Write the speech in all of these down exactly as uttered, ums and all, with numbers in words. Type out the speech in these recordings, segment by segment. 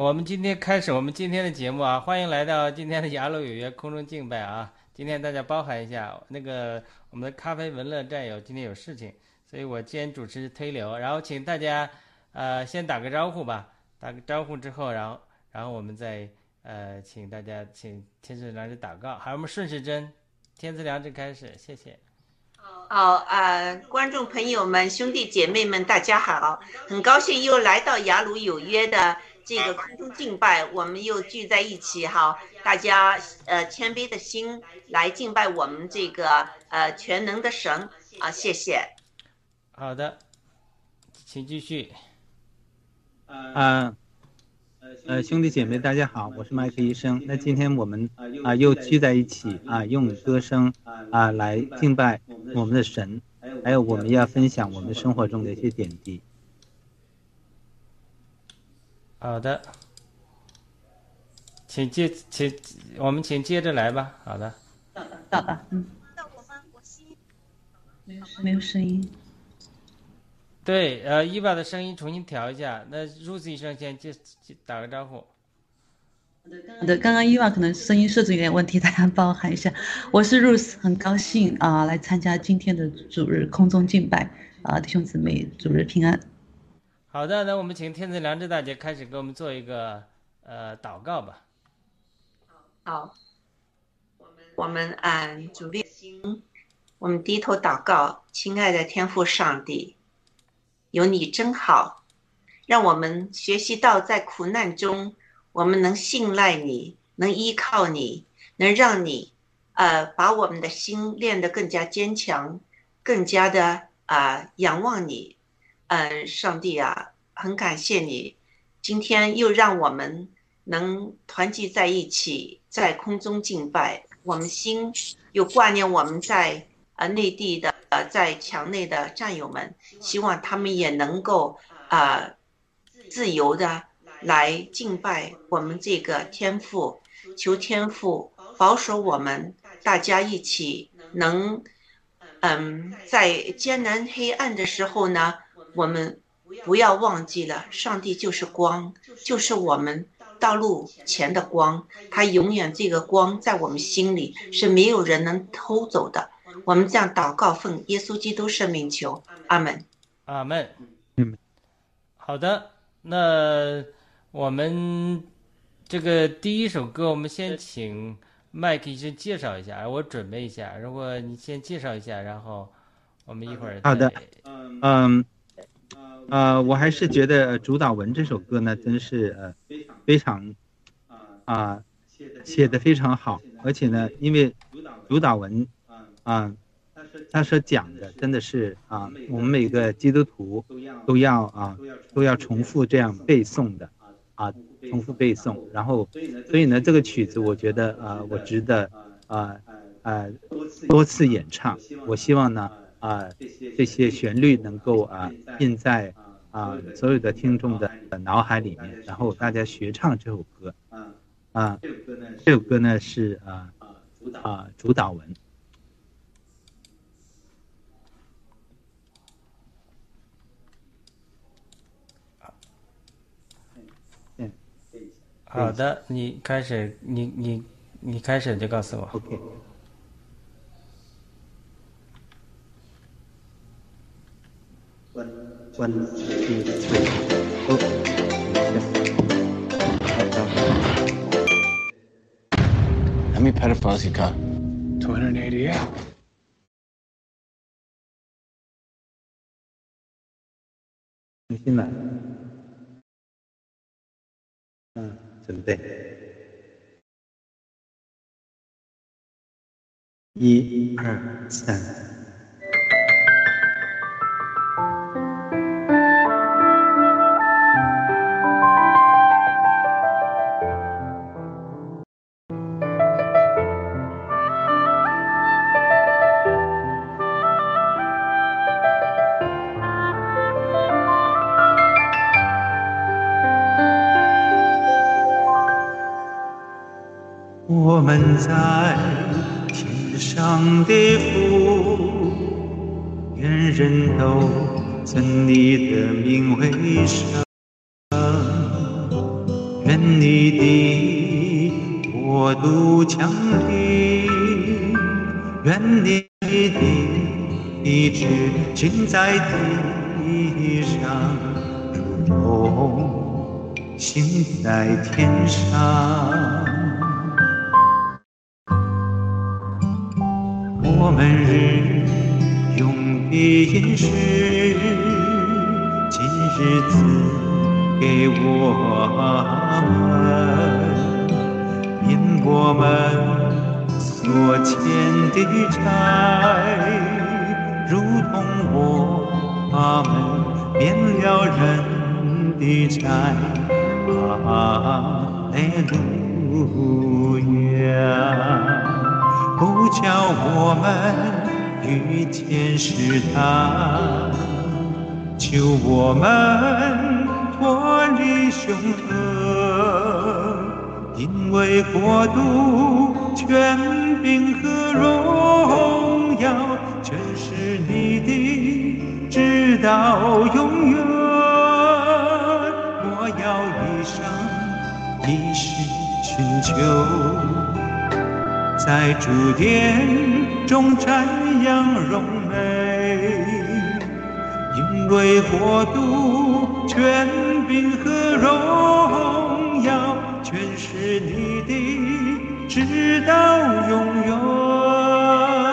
我们今天开始我们今天的节目啊，欢迎来到今天的雅鲁有约空中敬拜啊。今天大家包涵一下，那个我们的咖啡文乐战友今天有事情，所以我今天主持推流，然后请大家呃先打个招呼吧，打个招呼之后，然后然后我们再呃请大家请天赐良知祷告，还有我们顺时针天赐良知开始，谢谢。 好啊、呃，观众朋友们、兄弟姐妹们，大家好！很高兴又来到雅鲁有约的这个空中敬拜，我们又聚在一起哈，大家呃谦卑的心来敬拜我们这个呃全能的神啊，谢谢。 好的，请继续。 啊，呃，兄弟姐妹，大家好，我是麦克医生。那今天我们啊又聚在一起啊，用歌声啊来敬拜我们的神，还有我们要分享我们生活中的一些点滴。 好的，请接，请我们请接着来吧。好的， 好的，嗯，没有声音。 对，呃，伊娃的声音重新调一下。那 Ruth 医生先接打个招呼。 好的，刚刚伊娃可能声音设置有点问题，大家包涵一下。我是 Ruth， 很高兴啊、呃、来参加今天的主日空中敬拜啊、呃，弟兄姊妹主日平安。 好的，那我们请天赐良知大姐开始给我们做一个呃祷告吧。 好，我们按主列心，我们低头祷告，亲爱的天父上帝。有你真好，让我们学习到在苦难中，我们能信赖你，能依靠你，能让你呃把我们的心练得更加坚强，更加的啊、呃、仰望你。嗯、呃，上帝啊，很感谢你，今天又让我们能团聚在一起，在空中敬拜。我们心又挂念我们在呃内地的。呃，在墙内的战友们，希望他们也能够呃自由的来敬拜我们这个天父，求天父保守我们，大家一起能嗯在艰难黑暗的时候呢，我们不要忘记了，上帝就是光，就是我们道路前的光，他永远这个光在我们心里是没有人能偷走的。我们这样祷告，奉耶稣基督圣名求，阿门。 阿门。 嗯， 好的，那我们这个第一首歌，我们先请麦克医生介绍一下，我准备一下。如果你先介绍一下，然后我们一会儿。 好的，嗯，呃，我还是觉得主导文这首歌呢，真是呃非常啊、呃、写的非常好，而且呢，因为主导文。啊，他所讲的真的是啊，我们每个基督徒都要啊都要重复这样背诵的啊，重复背诵。然后，所以呢，这个曲子我觉得啊，我值得啊啊多次演唱。我希望呢啊这些旋律能够啊印在啊所有的听众的脑海里面，然后大家学唱这首歌。啊，这首歌呢是啊啊主导文。 好的，你开始，你你你开始就告诉我。 OK。One, one, two, three. Oh. How many pedophiles you got? two hundred eighty-eight. 重新来。嗯，准备。一二三。我们在天上的父，愿人都尊你的名为圣，愿你的国度降临，愿你的意志行在地上，如同行在天上。我们日用的饮食，今日赐给我们，因我们所欠的债，如同我们免了人的债。哈利路亚！不叫我们遇见试探，求我们脱离凶恶，因为国度、权柄和荣耀全是你的，直到永远。我要一生一世寻求，在主殿中瞻仰荣美，因为国度、权柄和荣耀全是你的，直到永远。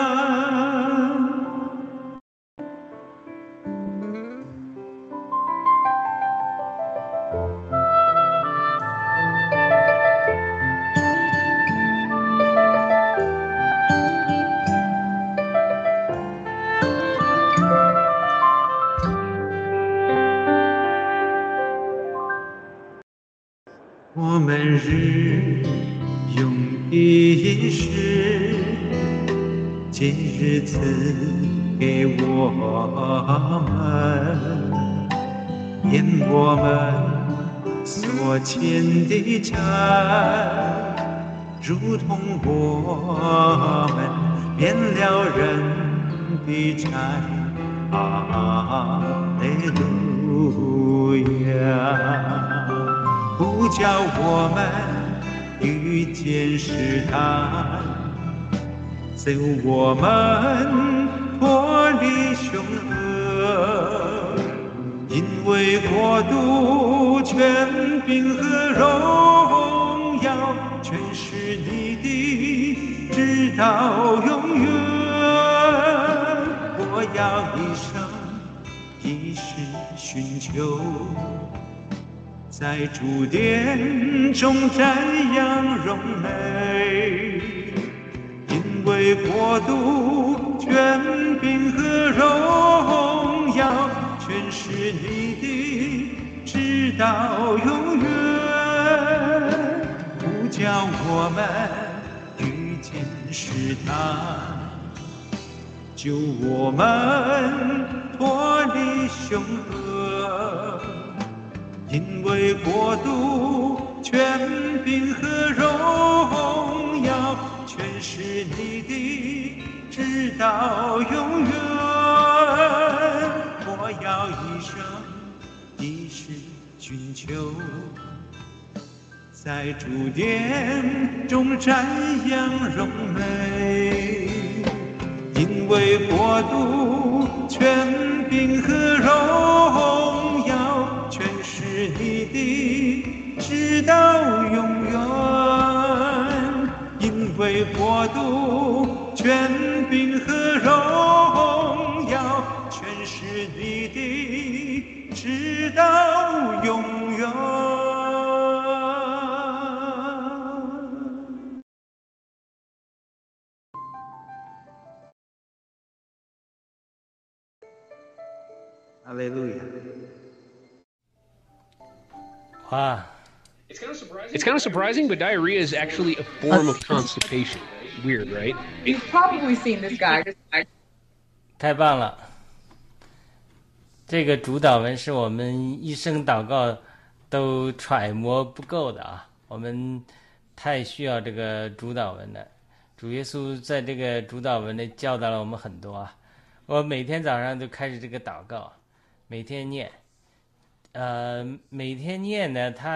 我们日用的饮食，今日赐给我们，因我们所欠的债，如同我们免了人的债。哈利路亚！不叫我们遇见试探，救我们脱离凶恶，因为国度、权柄和荣耀全是你的，直到永远。我要一生一世寻求，在主殿中瞻仰荣美，因为国度、权柄和荣耀全是你的，直到永远。不叫我们遇见试探，救我们脱离凶恶，因为国度、权柄和荣耀全是你的，直到永远。我要一生一世寻求，在主殿中瞻仰荣美，因为国度、权柄和荣耀全是你的，直到永远。因为国度、权柄和荣耀全是你的，直到永远。哈利路亚！ 哇， It's kind of surprising, but diarrhea is actually a form of constipation. Weird, right? You've probably seen this guy. 太棒了！这个主祷文是我们一生祷告都揣摩不够的啊，我们太需要这个主祷文了。主耶稣在这个主祷文里教导了我们很多啊。我每天早上都开始这个祷告，每天念，呃，每天念呢，它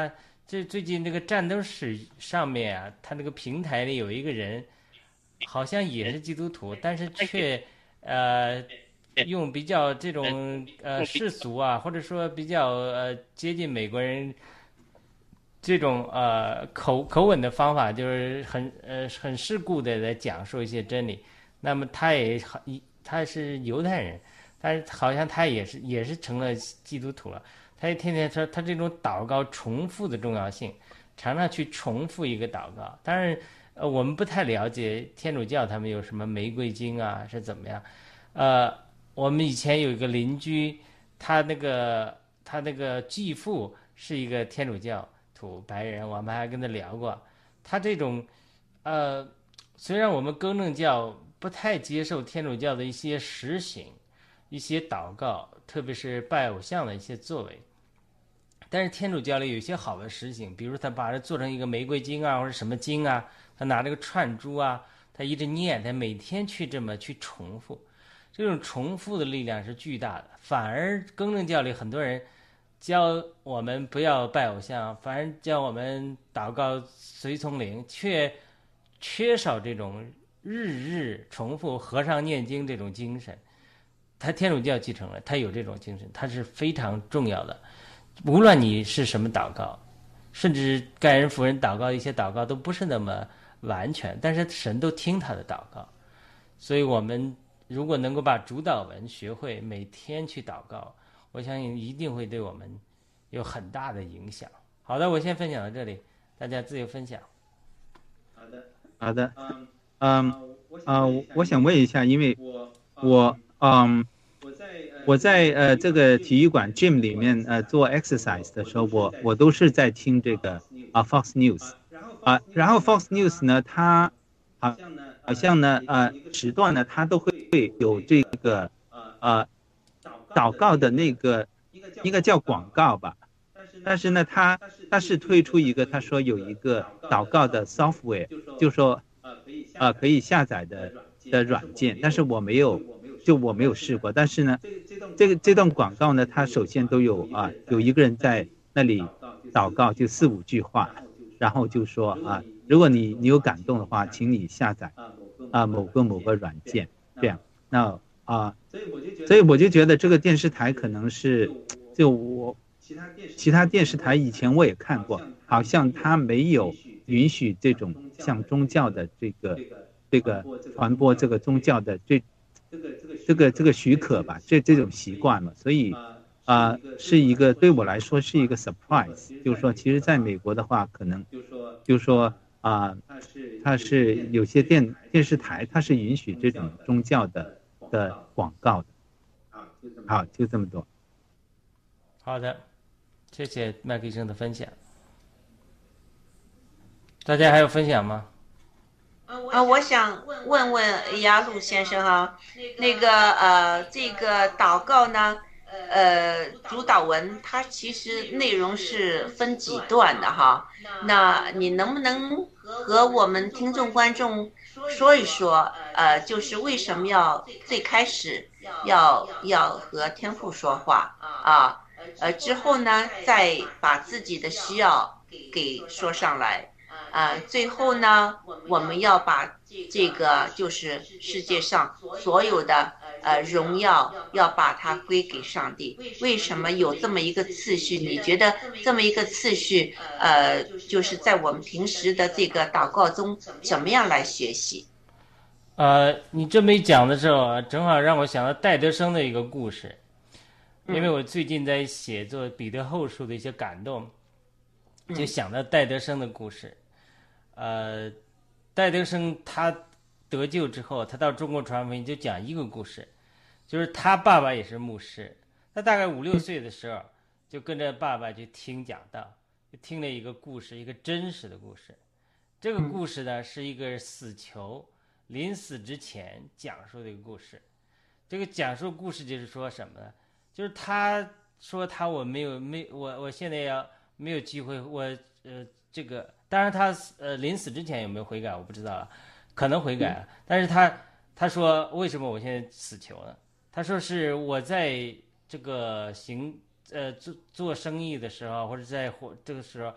这最近这个战斗史上面啊，他那个平台里有一个人，好像也是基督徒，但是却呃用比较这种呃世俗啊，或者说比较呃接近美国人这种呃口口吻的方法，就是很呃很世故的来讲述一些真理。那么他也好，他是犹太人，但是好像他也是也是成了基督徒了。他也天天说他这种祷告重复的重要性，常常去重复一个祷告。当然，呃，我们不太了解天主教他们有什么玫瑰经啊，是怎么样？呃，我们以前有一个邻居，他那个他那个继父是一个天主教徒白人，我们还跟他聊过。他这种，呃，虽然我们更正教不太接受天主教的一些实行、一些祷告，特别是拜偶像的一些作为。但是天主教里有一些好的实行，比如他把它做成一个玫瑰经啊，或者什么经啊，他拿这个串珠啊，他一直念，他每天去这么去重复，这种重复的力量是巨大的。反而更正教里很多人教我们不要拜偶像，反而教我们祷告随从灵，却缺少这种日日重复和尚念经这种精神。他天主教继承了，他有这种精神，他是非常重要的。无论你是什么祷告，甚至盖人、辅人祷告，一些祷告都不是那么完全，但是神都听他的祷告。所以我们如果能够把主祷文学会，每天去祷告，我相信一定会对我们有很大的影响。好的，我先分享到这里，大家自由分享。 好的，好的，嗯，啊，我想问一下，因为我嗯。我在呃这个体育馆 gym 里面呃做 exercise 的时候，我我都是在听这个啊 Fox News 啊，然后 Fox News 呢，它好好像呢呃时段呢，它都会有这个呃祷告的那个应该叫广告吧，但是呢，它它是推出一个，他说有一个祷告的 software， 就说呃可以下载的的软件，但是我没有。就我没有试过，但是呢，这个这段广告呢，它首先都有啊，有一个人在那里祷告，就四五句话，然后就说啊，如果你你有感动的话，请你下载啊某个某个软件，这样，那啊，所以我就觉得这个电视台可能是，就我其他电视台以前我也看过，好像它没有允许这种像宗教的这个这个传播这个宗教的这。这个这个许可吧，这这种习惯嘛，所以啊、呃，是一个对我来说是一个 surprise， 就是说，其实在美国的话，可能就是说啊、呃，它是有些电电视台它是允许这种宗教的的广告的。好，就这么多。 好的，谢谢麦克医生的分享。大家还有分享吗？ 啊，我想问问雅鲁先生啊，那个呃，这个祷告呢，呃，主祷文它其实内容是分几段的哈，那你能不能和我们听众观众说一说，呃，就是为什么要最开始要要和天父说话啊，呃，之后呢，再把自己的需要给说上来。啊、呃，最后呢，我们要把这个就是世界上所有的呃荣耀，要把它归给上帝。为什么有这么一个次序？你觉得这么一个次序，呃，就是在我们平时的这个祷告中，怎么样来学习？ 呃，你这么一讲的时候啊，正好让我想到戴德生的一个故事，因为我最近在写作彼得后书的一些感动，就想到戴德生的故事。呃，戴德生他得救之后，他到中国传福音就讲一个故事，就是他爸爸也是牧师，他大概五六岁的时候就跟着爸爸去听讲道，就听了一个故事，一个真实的故事。这个故事呢是一个死囚临死之前讲述的一个故事。这个讲述故事就是说什么呢？就是他说他我没有没我我现在要没有机会，我呃这个。当然他呃临死之前有没有悔改我不知道了，可能悔改了。但是他他说为什么我现在死囚呢？他说是我在这个行呃做做生意的时候，或者在这个时候，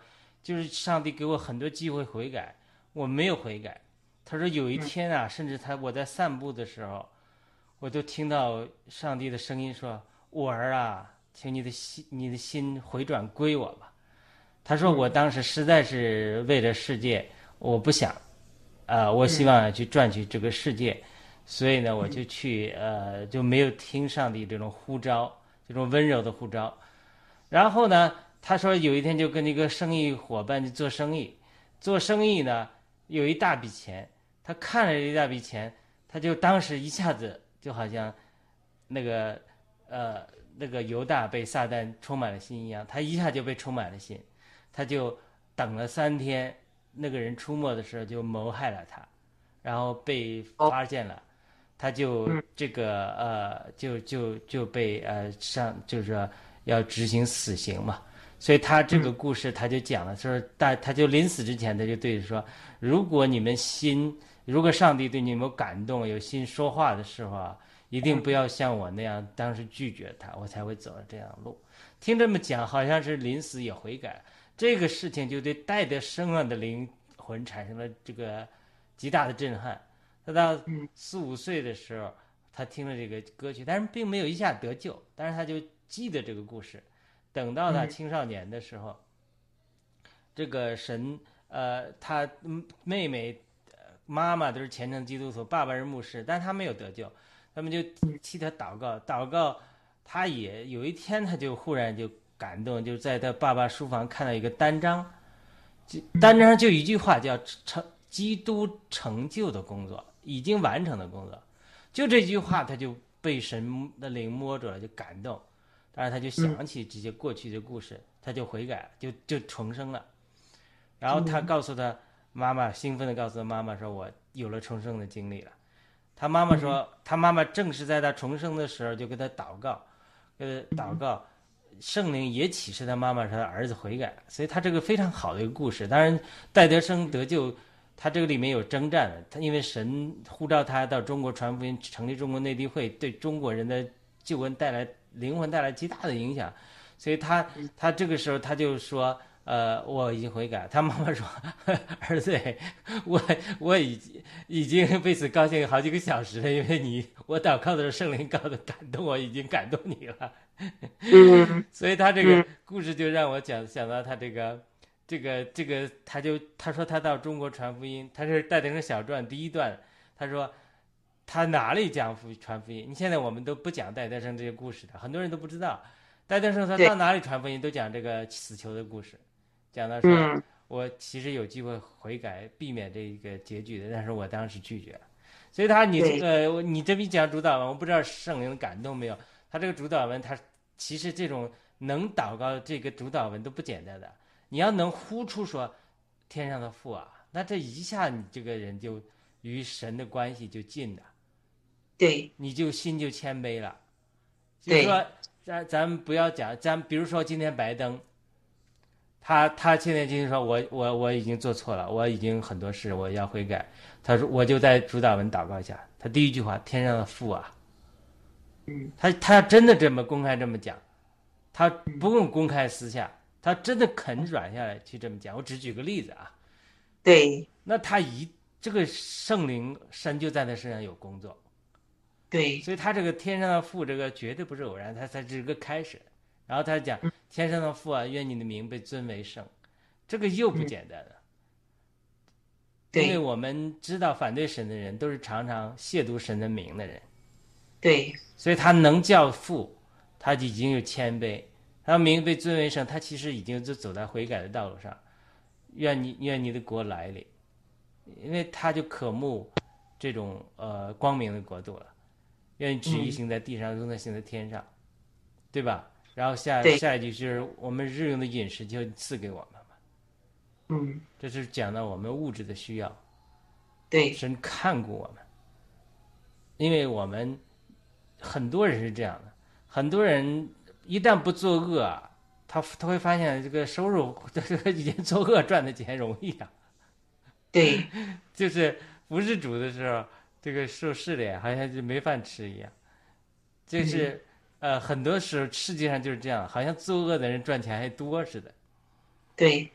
就是上帝给我很多机会悔改，我没有悔改。他说有一天啊，甚至他我在散步的时候，我都听到上帝的声音说：“我儿啊，请你的心你的心回转归我吧。”他说我当时实在是为了世界，我不想，呃，我希望去赚取这个世界，所以呢，我就去呃就没有听上帝这种呼召，这种温柔的呼召。然后呢，他说有一天就跟一个生意伙伴去做生意，做生意呢有一大笔钱，他看了一大笔钱，他就当时一下子就好像那个呃那个犹大被撒旦充满了心一样，他一下就被充满了心，他就等了三天，那个人出没的时候就谋害了他，然后被发现了，他就这个呃就就就被呃上就是说要执行死刑嘛。所以他这个故事他就讲了，说大他就临死之前他就对说，如果你们心，如果上帝对你们有感动，有心说话的时候啊，一定不要像我那样当时拒绝他，我才会走了这样的路。听这么讲，好像是临死也悔改，这个事情就对戴德生啊的灵魂产生了这个极大的震撼。他到四五岁的时候，他听了这个歌曲，但是并没有一下得救，但是他就记得这个故事。等到他青少年的时候，嗯、这个神呃，他妹妹、妈妈都是虔诚基督徒，爸爸是牧师，但他没有得救，他们就替他祷告，祷告，他也有一天他就忽然就感动，就在他爸爸书房看到一个单章，单章上就一句话叫成基督成就的工作，已经完成的工作，就这句话他就被神的灵摸着了，就感动。当然他就想起这些过去的故事，他就悔改了，就就重生了。然后他告诉他妈妈，兴奋地告诉他妈妈说：“我有了重生的经历了。”他妈妈说，他妈妈正是在他重生的时候就给他祷告，呃，祷告，圣灵也启示他妈妈说他儿子悔改，所以他这个非常好的一个故事。当然，戴德生得救，他这个里面有征战的，他因为神呼召他到中国传福音，成立中国内地会，对中国人的救恩带来。灵魂带来极大的影响，所以他他这个时候他就说，呃，我已经悔改。他妈妈说，儿子，我我已经已经为此高兴好几个小时了，因为你我祷告的时候圣灵告的感动，我已经感动你了。所以他这个故事就让我讲想到他这个这个这个，他就他说他到中国传福音，他是戴德生小传第一段，他说。他哪里讲福传福音？你现在我们都不讲戴德生这些故事的，很多人都不知道。戴德生他到哪里传福音都讲这个死囚的故事，讲到说、嗯、我其实有机会悔改，避免这个结局的，但是我当时拒绝了。所以他你这个你这边讲主导文，我不知道圣灵的感动没有？他这个主导文，他其实这种能祷告这个主导文都不简单的。你要能呼出说天上的父啊，那这一下你这个人就与神的关系就近了。 对， 你就心就谦卑了。就是说，咱咱不要讲，咱比如说今天白登，他他现在今天说我我我已经做错了，我已经很多事我要悔改。他说我就在主导文祷告一下，他第一句话天上的父啊， 嗯， 他他真的这么公开这么讲，他不用公开私下，他真的肯软下来去这么讲。我只举个例子啊， 对， 那他一这个圣灵神就在他身上有工作。 对， 所以他这个天上的父，这个绝对不是偶然，他才是个开始。然后他讲天上的父啊，愿你的名被尊为圣，这个又不简单了。 对， 因为我们知道反对神的人都是常常亵渎神的名的人。 对， 所以他能叫父，他已经有谦卑，他名被尊为圣，他其实已经就走在悔改的道路上。愿你愿你的国来临，因为他就渴慕这种呃光明的国度了。愿意旨意行在地上，如同行在天上，对吧？然后下下一句就是我们日用的饮食就赐给我们嘛。 嗯， 这是讲到我们物质的需要。 对， 神看顾我们，因为我们很多人是这样的，很多人一旦不作恶啊，他他会发现这个收入，这个以前做恶赚的钱容易啊。 对， 就是不是主的时候。这个受试炼好像就没饭吃一样，就是、嗯、呃，很多时候世界上就是这样，好像作恶的人赚钱还多似的。 对，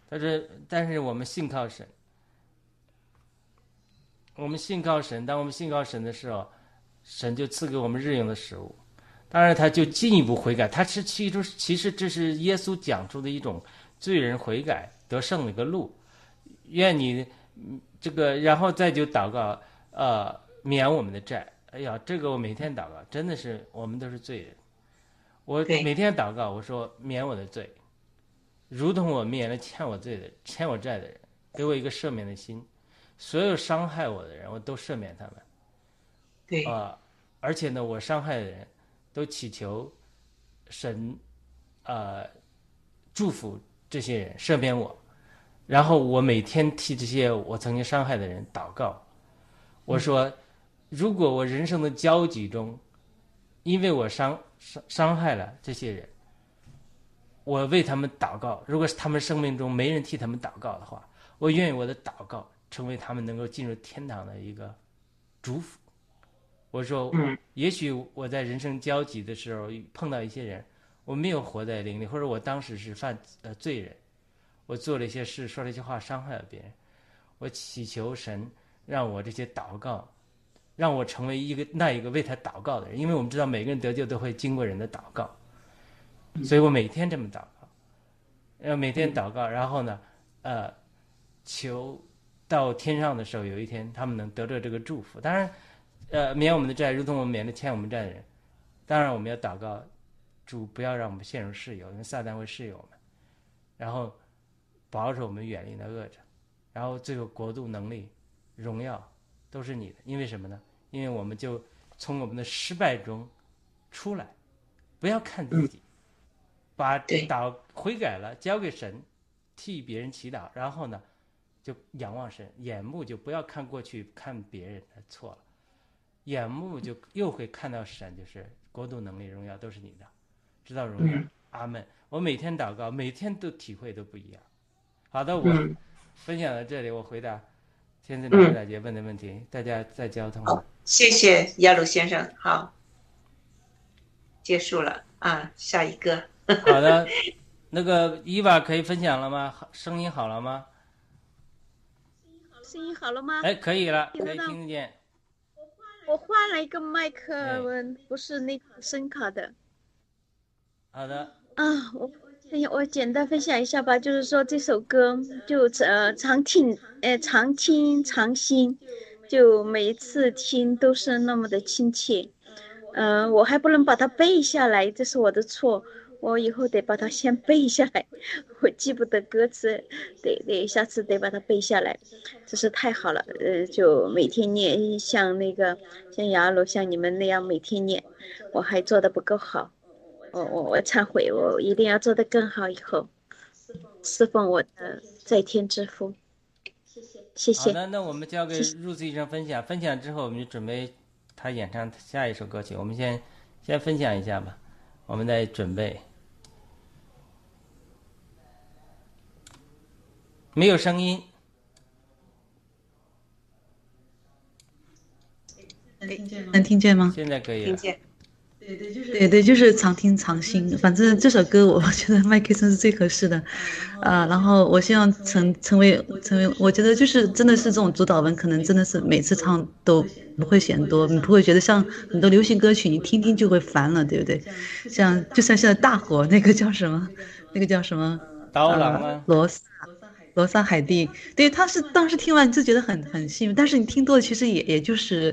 他说，但是我们信靠神，我们信靠神，当我们信靠神的时候，神就赐给我们日用的食物。当然，他就进一步悔改，他是其实其实这是耶稣讲出的一种罪人悔改得胜的一个路。愿你这个，然后再就祷告，呃，免我们的债。哎呀，这个我每天祷告，真的是我们都是罪人。我每天祷告，我说免我的罪，如同我免了欠我罪的、欠我债的人，给我一个赦免的心。所有伤害我的人，我都赦免他们。 对啊、呃，而且呢，我伤害的人，都祈求神，呃，祝福这些人，赦免我。然后我每天替这些我曾经伤害的人祷告。我说，如果我人生的交集中，因为我伤伤伤害了这些人，我为他们祷告。如果是他们生命中没人替他们祷告的话，我愿意我的祷告成为他们能够进入天堂的一个祝福。我说，也许我在人生交集的时候碰到一些人，我没有活在灵里，或者我当时是犯呃罪人，我做了一些事，说了一些话，伤害了别人。我祈求神让我这些祷告，让我成为一个那一个为他祷告的人，因为我们知道每个人得救都会经过人的祷告，所以我每天这么祷告，呃，每天祷告，然后呢，呃，求到天上的时候，有一天他们能得到这个祝福。当然。呃，免我们的债，如同我们免了欠我们债的人。当然，我们要祷告，主不要让我们陷入试诱，因为撒旦会试诱我们。然后，保守我们远离那恶者。然后，最后国度、能力、荣耀都是你的。因为什么呢？因为我们就从我们的失败中出来，不要看自己，把祷悔改了交给神，替别人祈祷。然后呢，就仰望神，眼目就不要看过去，看别人的错了。眼目就又会看到神，就是国度、能力、荣耀都是你的，直到荣耀。嗯、阿门。我每天祷告，每天都体会都不一样。好的，我分享到这里，我回答天子两位大姐问的问题，嗯、大家再交通。 好，谢谢亚鲁先生。好，结束了啊，下一个。 好的，那个伊娃可以分享了吗？声音好了吗？ 声音好了吗？ 哎，可以了，可以听得见。 我换了一个麦克风，不是那个声卡的。 好的。 啊，我我简单分享一下吧，就是说这首歌就呃常听，呃常听常新，就每一次听都是那么的亲切。嗯、呃，我还不能把它背下来，这是我的错。我以后得把它先背下来，我记不得歌词，得得下次得把它背下来，真是太好了。呃，就每天念，像那个像雅鲁像你们那样每天念，我还做得不够好，我我我忏悔，我一定要做得更好，以后侍奉我的在天之父。谢谢。 好的，那我们交给 Ruth 医生分享，分享之后我们就准备他演唱下一首歌曲，我们先先分享一下吧，我们再准备。没有声音， 能听见吗？ 现在可以了。 听见。 对对，就是对对，就是常听常新。反正这首歌我觉得麦克森是最合适的，啊、呃，然后我希望成成为成为，我觉得就是真的是这种主导文，可能真的是每次唱都不会嫌多，你不会觉得像很多流行歌曲，你听听就会烦了，对不对？像就像现在大火那个叫什么，那个叫什么？ 刀郎吗？ 罗萨。罗萨海蒂，对，他是当时听完就觉得很很幸运，但是你听多了其实也也就是，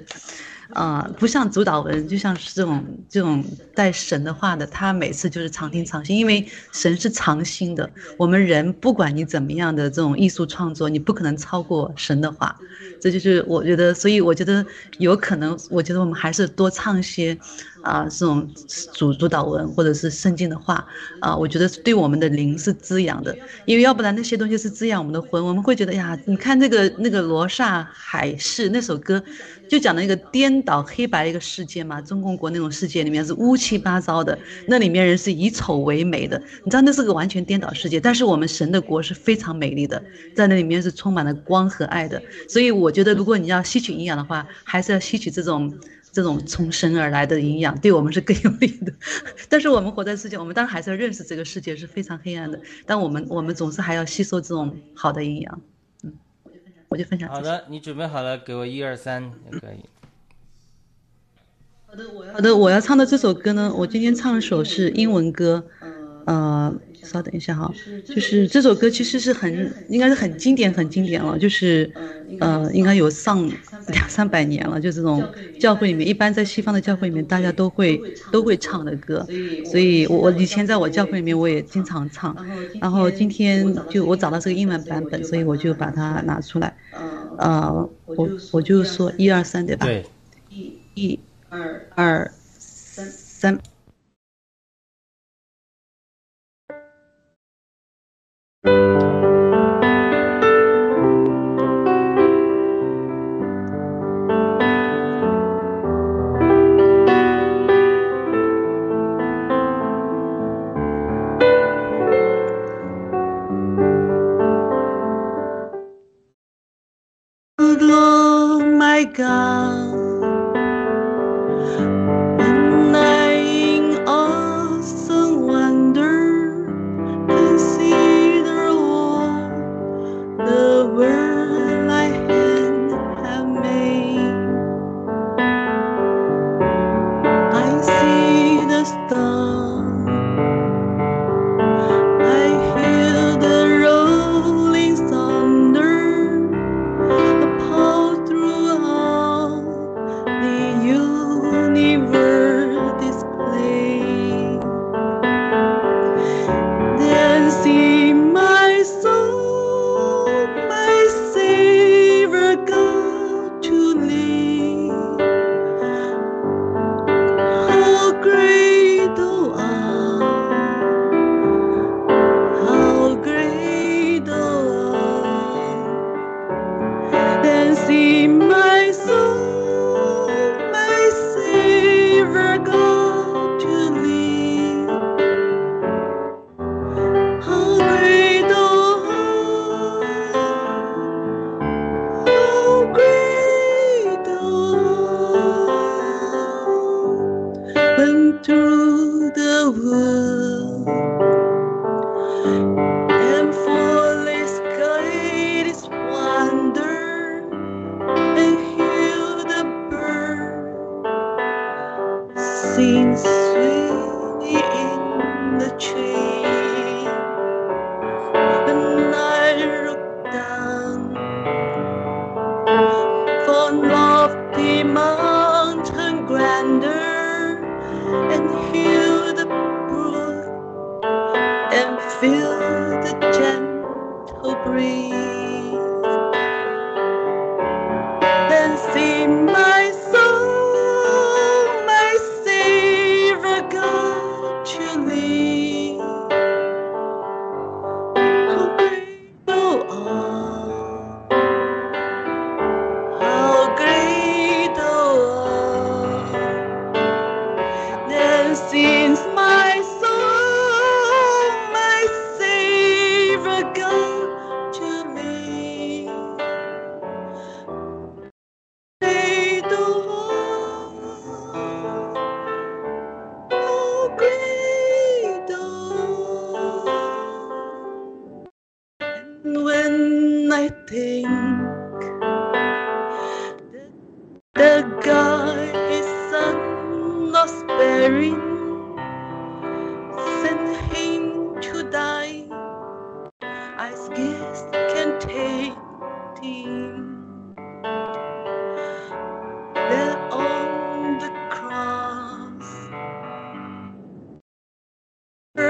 呃，不像主导文，就像是这种这种带神的话的，他每次就是常听常新，因为神是常新的，我们人不管你怎么样的这种艺术创作，你不可能超过神的话，这就是我觉得，所以我觉得有可能，我觉得我们还是多唱一些。啊，这种主主导文或者是圣经的话啊，我觉得对我们的灵是滋养的，因为要不然那些东西是滋养我们的魂，我们会觉得呀，你看那个那个罗刹海市那首歌，就讲了一个颠倒黑白的一个世界嘛，中共国那种世界里面是乌七八糟的，那里面人是以丑为美的，你知道那是个完全颠倒世界，但是我们神的国是非常美丽的，在那里面是充满了光和爱的，所以我觉得如果你要吸取营养的话，还是要吸取这种。 这种从神而来的营养，对我们是更有利的。但是我们活在世界，我们当然还是要认识这个世界是非常黑暗的，但我们我们总是还要吸收这种好的营养。嗯，我就分享这些。 好的，你准备好了，给我一二三也可以。 好的，我要唱的这首歌呢，我今天唱的首是英文歌，呃，稍等一下哈，就是这首歌其实是很应该是很经典很经典了，就是呃应该有上两三百年了，就这种教会里面，一般在西方的教会里面大家都会都会唱的歌，所以我我以前在我教会里面我也经常唱，然后今天就我找到这个英文版本，所以我就把它拿出来，呃，我我就说一二三对吧？ 对， 一一。二二三三。Oh my God.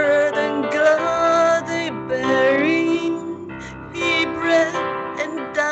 And die.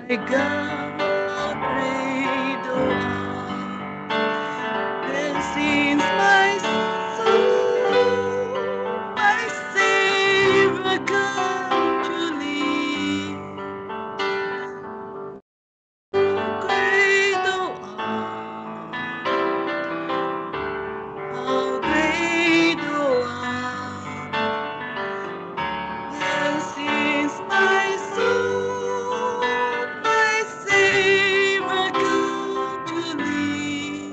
My God, how great thou art. Then sings my soul, my Savior come to thee. How great thou art, how great thou art. Then sings my soul, my Savior come to thee.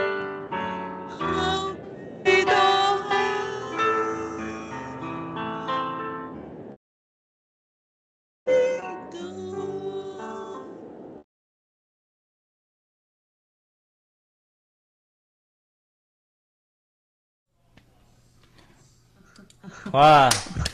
How great thou art, great thou art. 哇，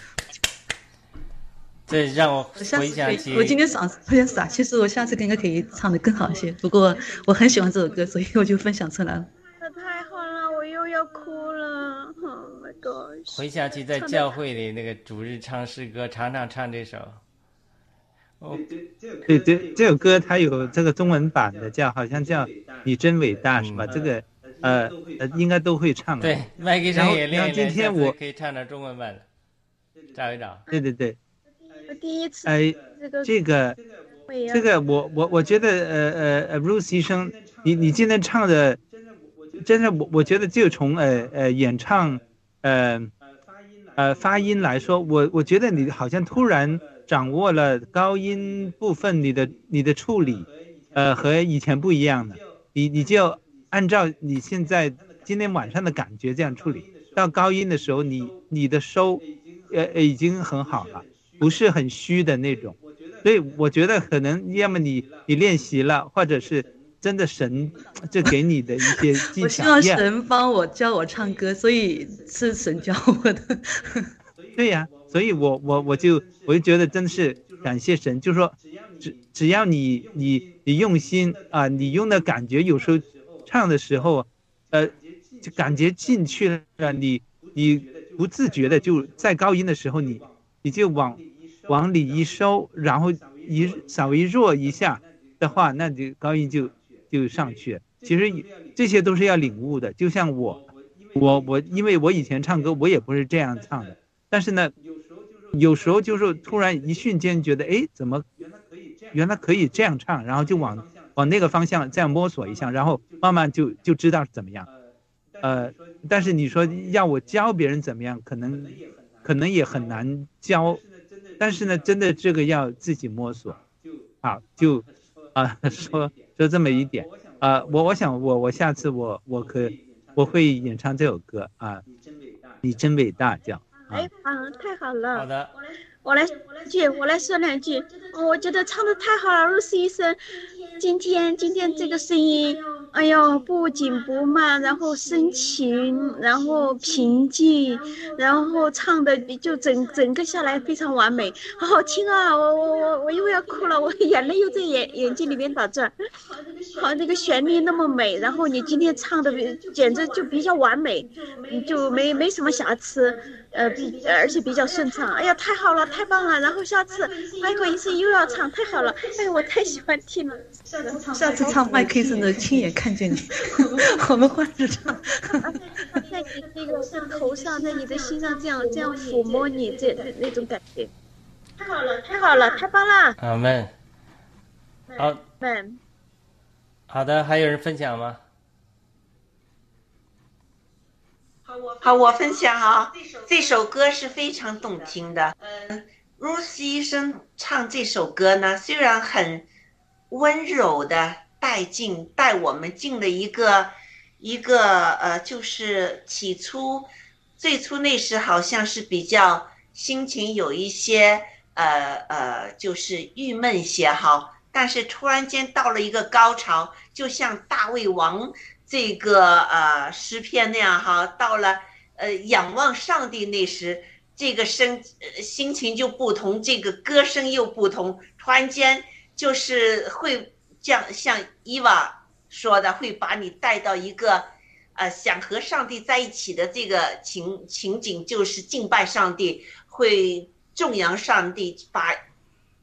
这让我我下回次可以， 想起我今天嗓子有点傻，其实我下次应该可以唱得更好一些。不过我很喜欢这首歌，所以我就分享出来了。 那太好了，我又要哭了。Oh my gosh！ 回想起在唱得教会里那个主日唱诗歌，常常唱这首。哦， 对，这这首歌它有这个中文版的，叫好像叫你真伟大，是吧？这个呃呃应该都会唱的。 对，麦克然后生也练然后今一练，下次天我可以唱点中文版的，找一找。 对对对， 我第一次哎， 这个这个我也要这个我我我觉得呃呃呃 Bruce 医生，你你今天唱的，真的我我觉得就从呃呃演唱呃呃发音来说，我我觉得你好像突然掌握了高音部分，你的你的处理，呃和以前不一样的，你你就按照你现在今天晚上的感觉这样处理，到高音的时候，你你的收呃呃已经很好了，不是很虚的那种。所以我觉得可能要么你你练习了，或者是真的神这给你的一些技巧。 我希望 Yeah 神帮我教我唱歌，所以是神教我的。 对呀、所以我我我就我就觉得真的是感谢神，就是说只只要你你你用心啊、你用的感觉，有时候唱的时候，呃，就感觉进去了，你你不自觉的就在高音的时候，你你就往往里一收，然后一稍微弱一下的话，那就高音就就上去了。其实这些都是要领悟的，就像我我我，因为我以前唱歌我也不是这样唱的。但是呢，有时候就是突然一瞬间觉得，哎，怎么原来可以这样唱，然后就往往那个方向这样摸索一下，然后慢慢就就知道怎么样。呃，但是你说要我教别人怎么样，可能可能也很难教。但是呢，真的这个要自己摸索。好，就啊、说说这么一点。啊、我我想我我下次我我可我会演唱这首歌啊、你真伟大叫。 哎啊，太好了！ 好的， 我来句，我来说两句。哦我觉得唱的太好了，露丝医生，今天今天这个声音，哎呦，不紧不慢，然后深情，然后平静，然后唱的就整整个下来非常完美，好好听啊！我我我我又要哭了，我眼泪又在眼眼睛里面打转。好，那个旋律那么美，然后你今天唱的简直就比较完美，就没没什么瑕疵。呃，比而且比较顺畅，哎呀，太好了，太棒了！然后下次麦克医生又要唱，太好了，哎，我太喜欢听了。 下次唱麦克医生的亲眼看见你，我们换着唱。 在你那个头上，在你的心上，这样这样抚摸你，这那那种感觉，太好了，太好了，太棒了！ 阿门。好们， 好的，还有人分享吗？ 好，我分享啊，这首歌是非常动听的。嗯，Ruth 医生唱这首歌呢，虽然很温柔的带进带我们进了一个一个呃，就是起初最初那时好像是比较心情有一些呃呃，就是郁闷些哈，但是突然间到了一个高潮，就像大卫王这个呃诗篇那样哈，到了呃仰望上帝那时，这个声、呃、心情就不同，这个歌声又不同，突然间就是会像像伊娃说的，会把你带到一个呃想和上帝在一起的这个情情景，就是敬拜上帝，会颂扬上帝，把刚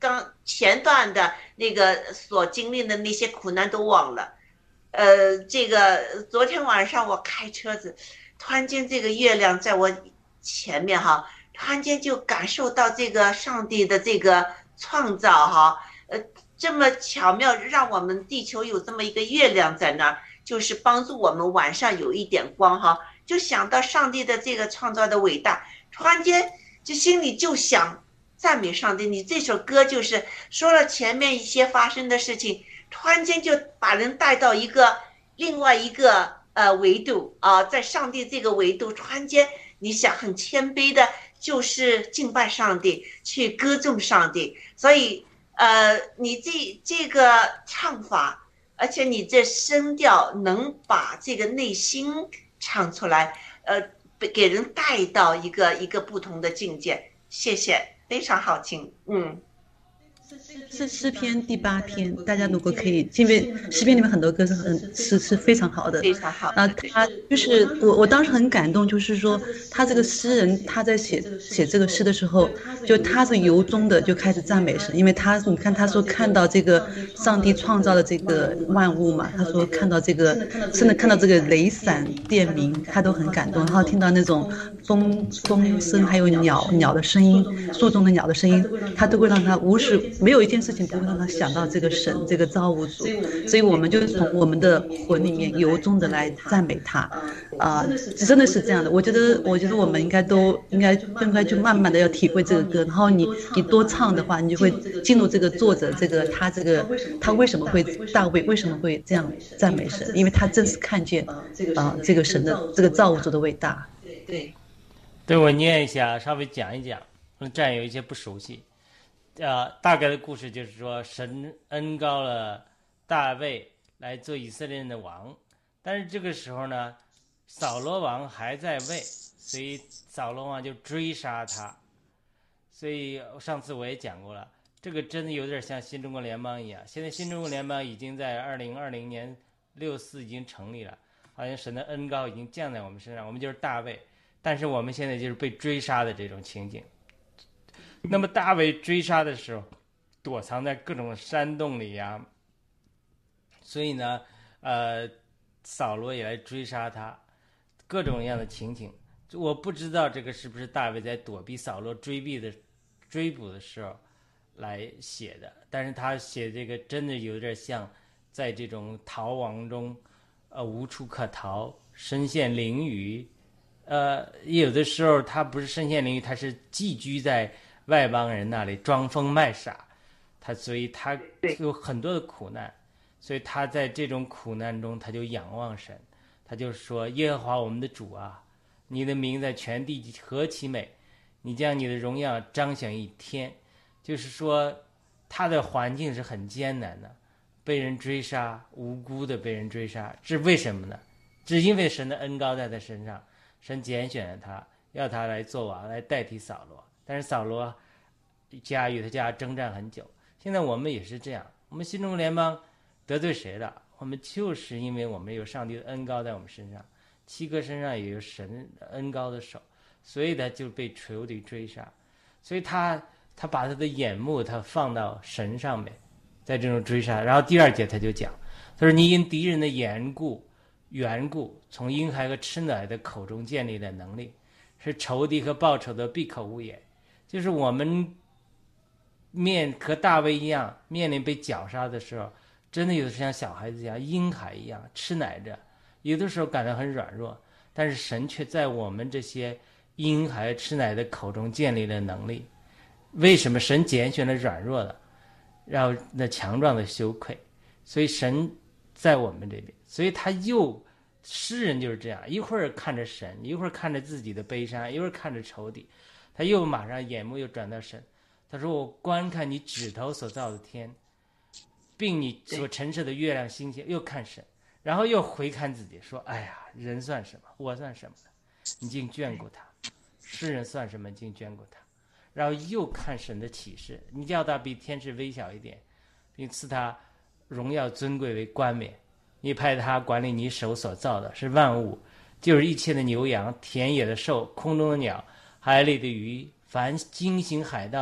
前段的那个所经历的那些苦难都忘了。呃，这个昨天晚上我开车子，突然间这个月亮在我前面哈，突然间就感受到这个上帝的这个创造哈，呃，这么巧妙让我们地球有这么一个月亮在那儿，就是帮助我们晚上有一点光哈，就想到上帝的这个创造的伟大，突然间就心里就想赞美上帝。你这首歌就是说了前面一些发生的事情，突然间就把人带到一个另外一个呃维度啊，在上帝这个维度，突然间你想很谦卑的，就是敬拜上帝，去歌颂上帝。所以呃，你这这个唱法，而且你这声调能把这个内心唱出来，呃，给人带到一个一个不同的境界。谢谢，非常好听，嗯。 是诗篇第八篇，大家如果可以，因为诗篇里面很多歌是很是是非常好的， 非常好。 那他就是我我当时很感动，就是说他这个诗人他在写写这个诗的时候，就他是由衷的就开始赞美神，因为他你看他说看到这个上帝创造的这个万物嘛，他说看到这个甚至看到这个雷闪电鸣，他都很感动，然后听到那种风风声还有鸟鸟的声音，树中的鸟的声音，他都会让他无时。没有一件事情不会让他想到这个神，这个造物主，所以我们就从我们的魂里面由衷的来赞美他，啊、呃，真的是这样的。我觉得，我觉得我们应该都应该应该就慢慢的要体会这个歌，然后你你多唱的话，你就会进入这个作者这个他这个他为什么会大卫为什么会这样赞美神，因为他真是看见啊、呃、这个神的这个造物主的伟大。 对， 对我念一下，稍微讲一讲，这样有一些不熟悉。呃，大概的故事就是说，神恩膏了大卫来做以色列人的王，但是这个时候呢，扫罗王还在位，所以扫罗王就追杀他。所以上次我也讲过了，这个真的有点像新中国联邦一样。现在新中国联邦已经在二零二零年六四已经成立了，好像神的恩膏已经降在我们身上，我们就是大卫，但是我们现在就是被追杀的这种情景。那么大卫追杀的时候，躲藏在各种山洞里呀、啊，所以呢，呃，扫罗也来追杀他，各种各样的情景。我不知道这个是不是大卫在躲避扫罗追避的追捕的时候来写的，但是他写这个真的有点像在这种逃亡中，呃，无处可逃，身陷囹圄。呃，有的时候他不是身陷囹圄，他是寄居在外邦人那里装疯卖傻，他所以他有很多的苦难，所以他在这种苦难中他就仰望神，他就说耶和华我们的主啊，你的名在全地何其美，你将你的荣耀彰显一天。就是说他的环境是很艰难的，被人追杀，无辜的被人追杀，是为什么呢？只因为神的恩膏在他身上，神拣选了他，要他来做王，来代替扫罗。但是扫罗家与他家征战很久，现在我们也是这样，我们新中国联邦得罪谁了？我们就是因为我们有上帝的恩膏在我们身上，七哥身上也有神恩膏的手，所以他就被仇敌追杀。所以他他把他的眼目他放到神上面，在这种追杀。然后第二节他就讲，他说你因敌人的缘故缘故，从婴孩和吃奶的口中建立的能力，是仇敌和报仇的闭口无言。就是我们面和大卫一样面临被绞杀的时候，真的有的是像小孩子一样，婴孩一样吃奶着，有的时候感到很软弱，但是神却在我们这些婴孩吃奶的口中建立了能力。为什么神拣选了软弱的，让那强壮的羞愧？所以神在我们这边，所以他又诗人就是这样，一会儿看着神，一会儿看着自己的悲伤，一会儿看着仇敌，他又马上眼目又转到神。他说我观看你指头所造的天，并你所陈设的月亮星星，又看神，然后又回看自己，说哎呀，人算什么，我算什么呢？你竟眷顾他，世人算什么，竟眷顾他。然后又看神的启示，你叫他比天使微小一点，并赐他荣耀尊贵为冠冕，你派他管理你手所造的是万物，就是一切的牛羊，田野的兽，空中的鸟，海里的鱼，凡经行海道的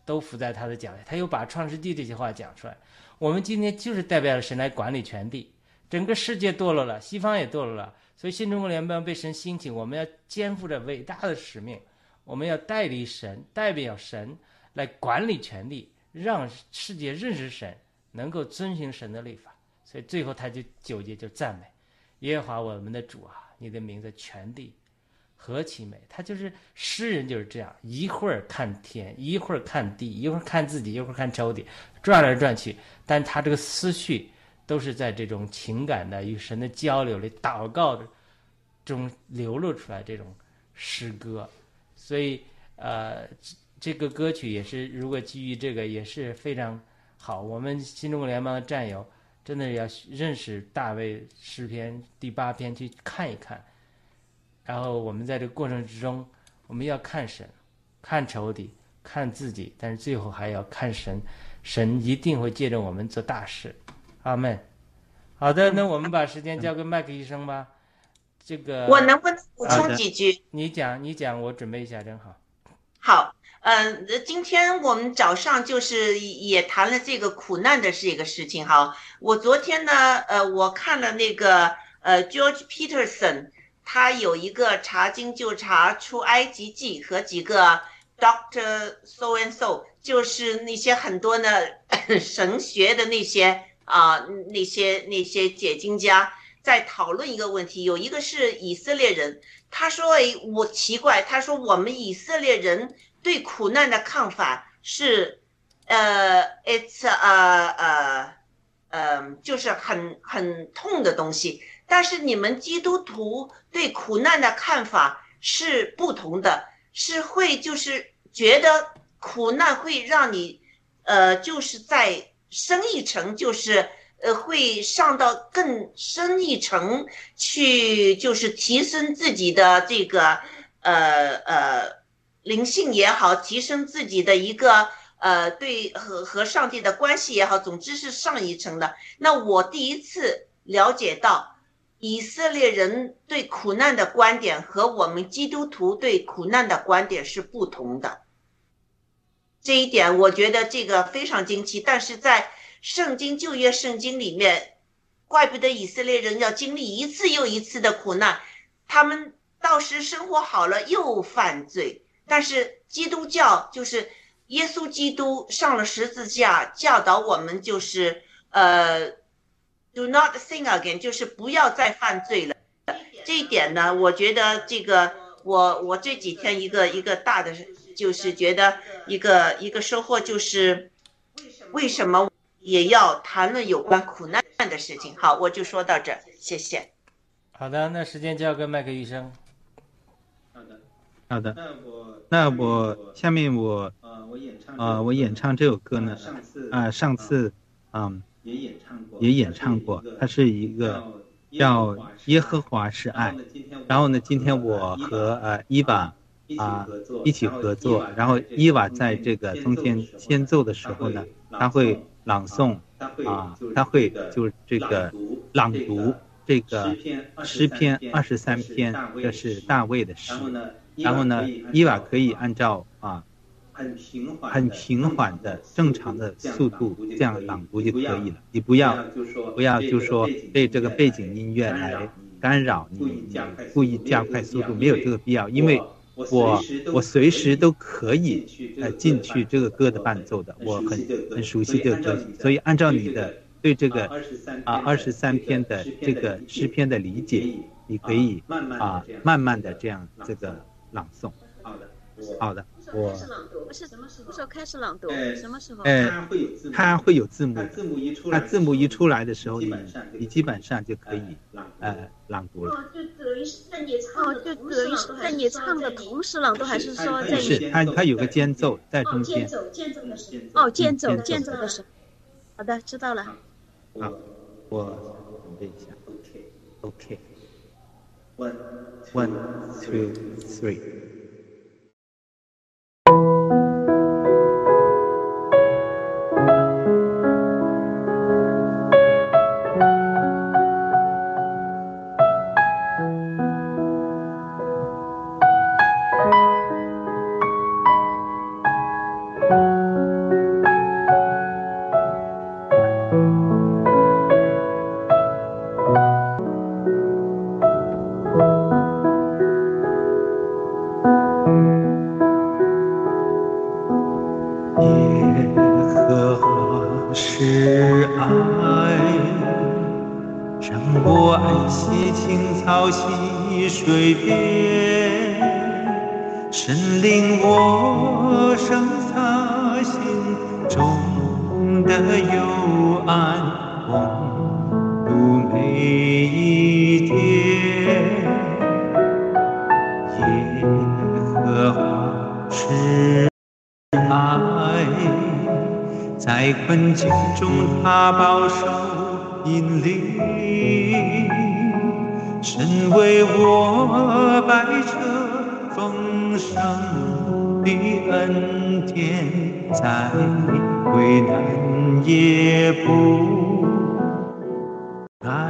都伏在他的脚下。他又把创世纪这些话讲出来。我们今天就是代表了神来管理全地，整个世界堕落了，西方也堕落了，所以新中国联邦被神兴起，我们要肩负着伟大的使命，我们要代理神，代表神来管理全地，让世界认识神，能够遵行神的律法。所以最后他就九节就赞美耶和华我们的主啊，你的名字全地何其美。他就是诗人就是这样，一会儿看天，一会儿看地，一会儿看自己，一会儿看抽屉，转来转去，但他这个思绪都是在这种情感的与神的交流里祷告的中流露出来这种诗歌。所以呃这个歌曲也是如果基于这个也是非常好，我们新中国联邦的战友真的要认识大卫诗篇第八篇去看一看，然后我们在这个过程之中，我们要看神，看仇敌，看自己，但是最后还要看神，神一定会借着我们做大事。阿们。好的，那我们把时间交给麦克医生吧。这个我能不能补充几句？ 你讲，你讲，我准备一下，真好。 好，嗯、呃，今天我们早上就是也谈了这个苦难的这个事情。哈，我昨天呢，呃，我看了那个呃 George Peterson， 他有一个查经就查出埃及记和几个 Doctor So and So， 就是那些很多呢神学的那些啊、呃、那些那些解经家在讨论一个问题。有一个是以色列人，他说：“哎，我奇怪，他说我们以色列人对苦难的看法是，呃 ，it's 呃呃呃，就是很很痛的东西。但是你们基督徒对苦难的看法是不同的，是会就是觉得苦难会让你，呃，就是在深一层，就是呃会上到更深一层去，就是提升自己的这个呃呃灵性也好，提升自己的一个呃对和和上帝的关系也好，总之是上一层的。那我第一次了解到以色列人对苦难的观点和我们基督徒对苦难的观点是不同的，这一点我觉得这个非常惊奇。但是在圣经旧约圣经里面，怪不得以色列人要经历一次又一次的苦难，他们到时生活好了又犯罪。但是基督教就是耶稣基督上了十字架，教导我们就是呃 do not sin again， 就是不要再犯罪了。这一点呢，我觉得这个我我这几天一个一个大的就是觉得一个一个收获就是为什么也要谈论有关苦难的事情。好，我就说到这，谢谢。 好的，那时间交给麦克医生。 好的，好的。那我下面我呃我演唱这首歌呢，啊、呃、上次嗯也演唱过，它是一个叫耶和华是爱。然后呢，今天我和呃伊娃啊、呃、一起合作，然后伊娃在这个中间先奏的时候呢，他会朗诵啊，他会就这个朗读这个诗篇二十三篇，这是大卫的诗。然后呢，伊娃可以按照啊很平缓、很平缓的正常的速度这样朗读就可以了。你不要不要就说被这个背景音乐来干扰你，你故意加快速度，没有这个必要。因为我我随时都可以呃进去这个歌的伴奏的，我很很熟悉这个歌曲，所以按照你的对这个啊二十三篇的这个诗篇的理解，你可以啊慢慢的这样这个朗诵。好的，好的，我不是什么时候开始朗读？什么时候？ 呃，它会有字幕，它字幕一出来的时候，你你基本上就可以呃朗读了。 哦，就等于是在你唱的，就等于是在你唱的同时朗读，还是说在？ 是，它它有个间奏在中间。 哦，间奏的时候。哦，间奏间奏的时候。好的，知道了。 好，我准备一下。OK，OK。One, one, two, three. 是爱，让我安息青草溪水边，神领我升擦心中的幽暗，共度每一天。耶和华是爱，在困境中他保守引领，神为我摆设丰盛的恩典，在危难也不改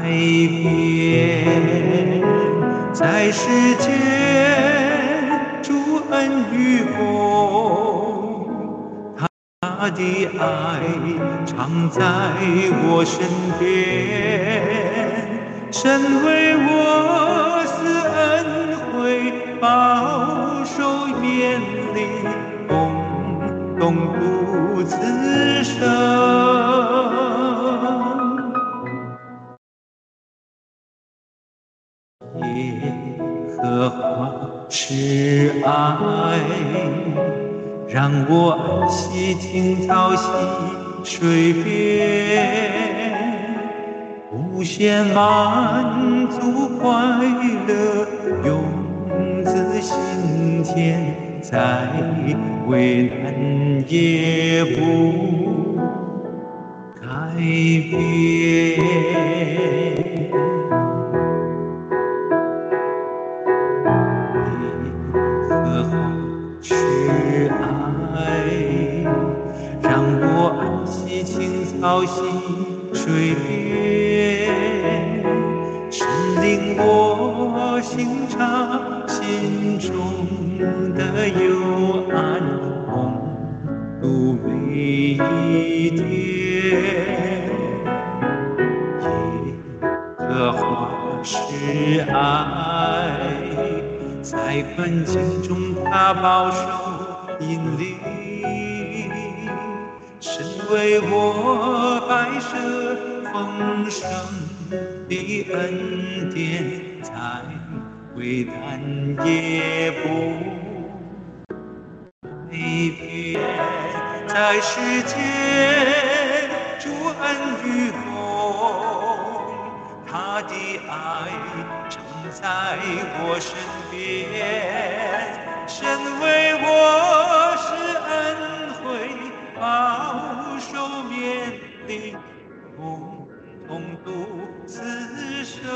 变，在世间主恩与共，他的爱常在我身边，神为我施恩惠，保守免离，共共度此生。耶和华是爱，让我安息青草溪水边，无限满足快乐永自心田，在危难也不改变。是爱，让我安息青草溪水边，神领我省察心中的幽暗，共度每一天。耶和华是爱，在困境中他保守引领，神为我摆设丰盛的恩典，在危难也不改变，在世间主恩与共，他的爱常在我身边，神为我施恩惠，保守免离，共同度此生。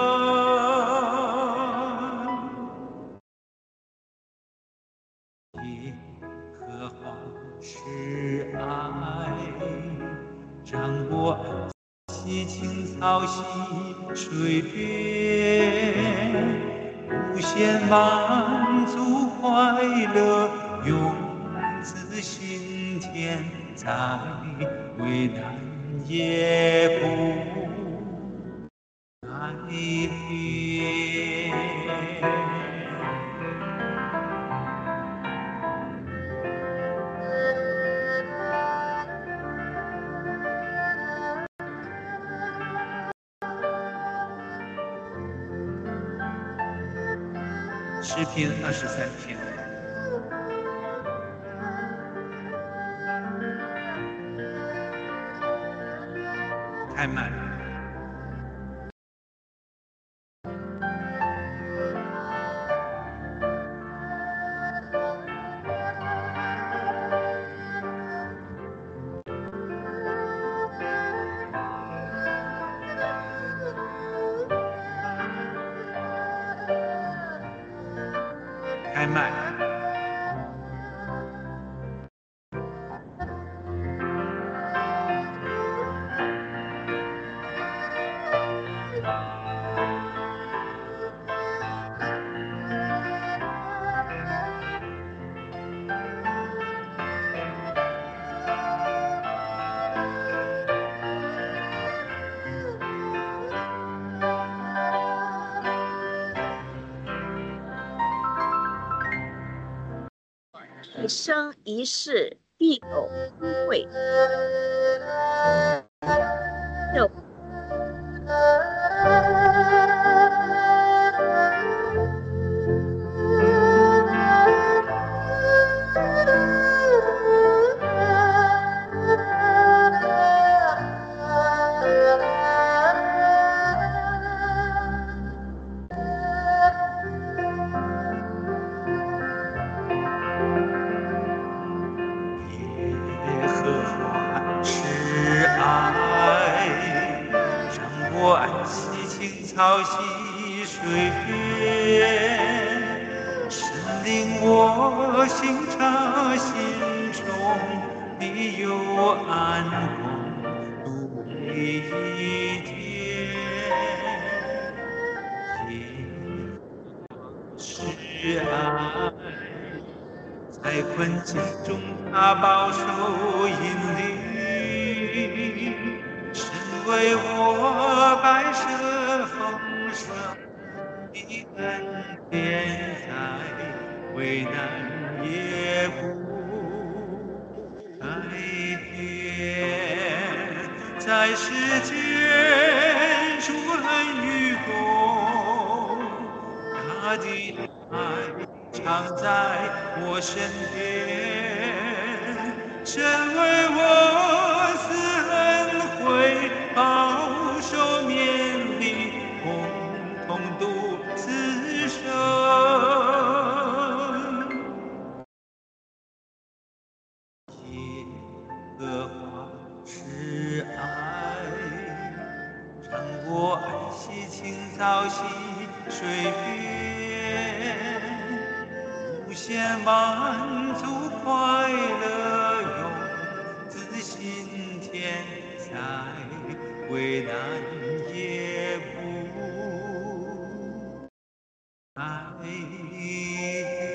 耶和华是爱，让我安息青草溪水边，无限满足快乐永自心田，在危难也不改变。诗篇二十三篇。开麦。开麦。 一生一世必有恩惠。 草溪水边，深令我心插心中，必有安稳度每一天。是爱，在困境中他保守引领，身为我摆设丰盛的恩典，在危难也不改变，在世间出恩与共，他的爱常在我身边，身为我慈恩惠保守勉励，共同度此生。耶和华是爱，常过安息青草溪水边，无限满足快乐永自心田，在危难也不改变。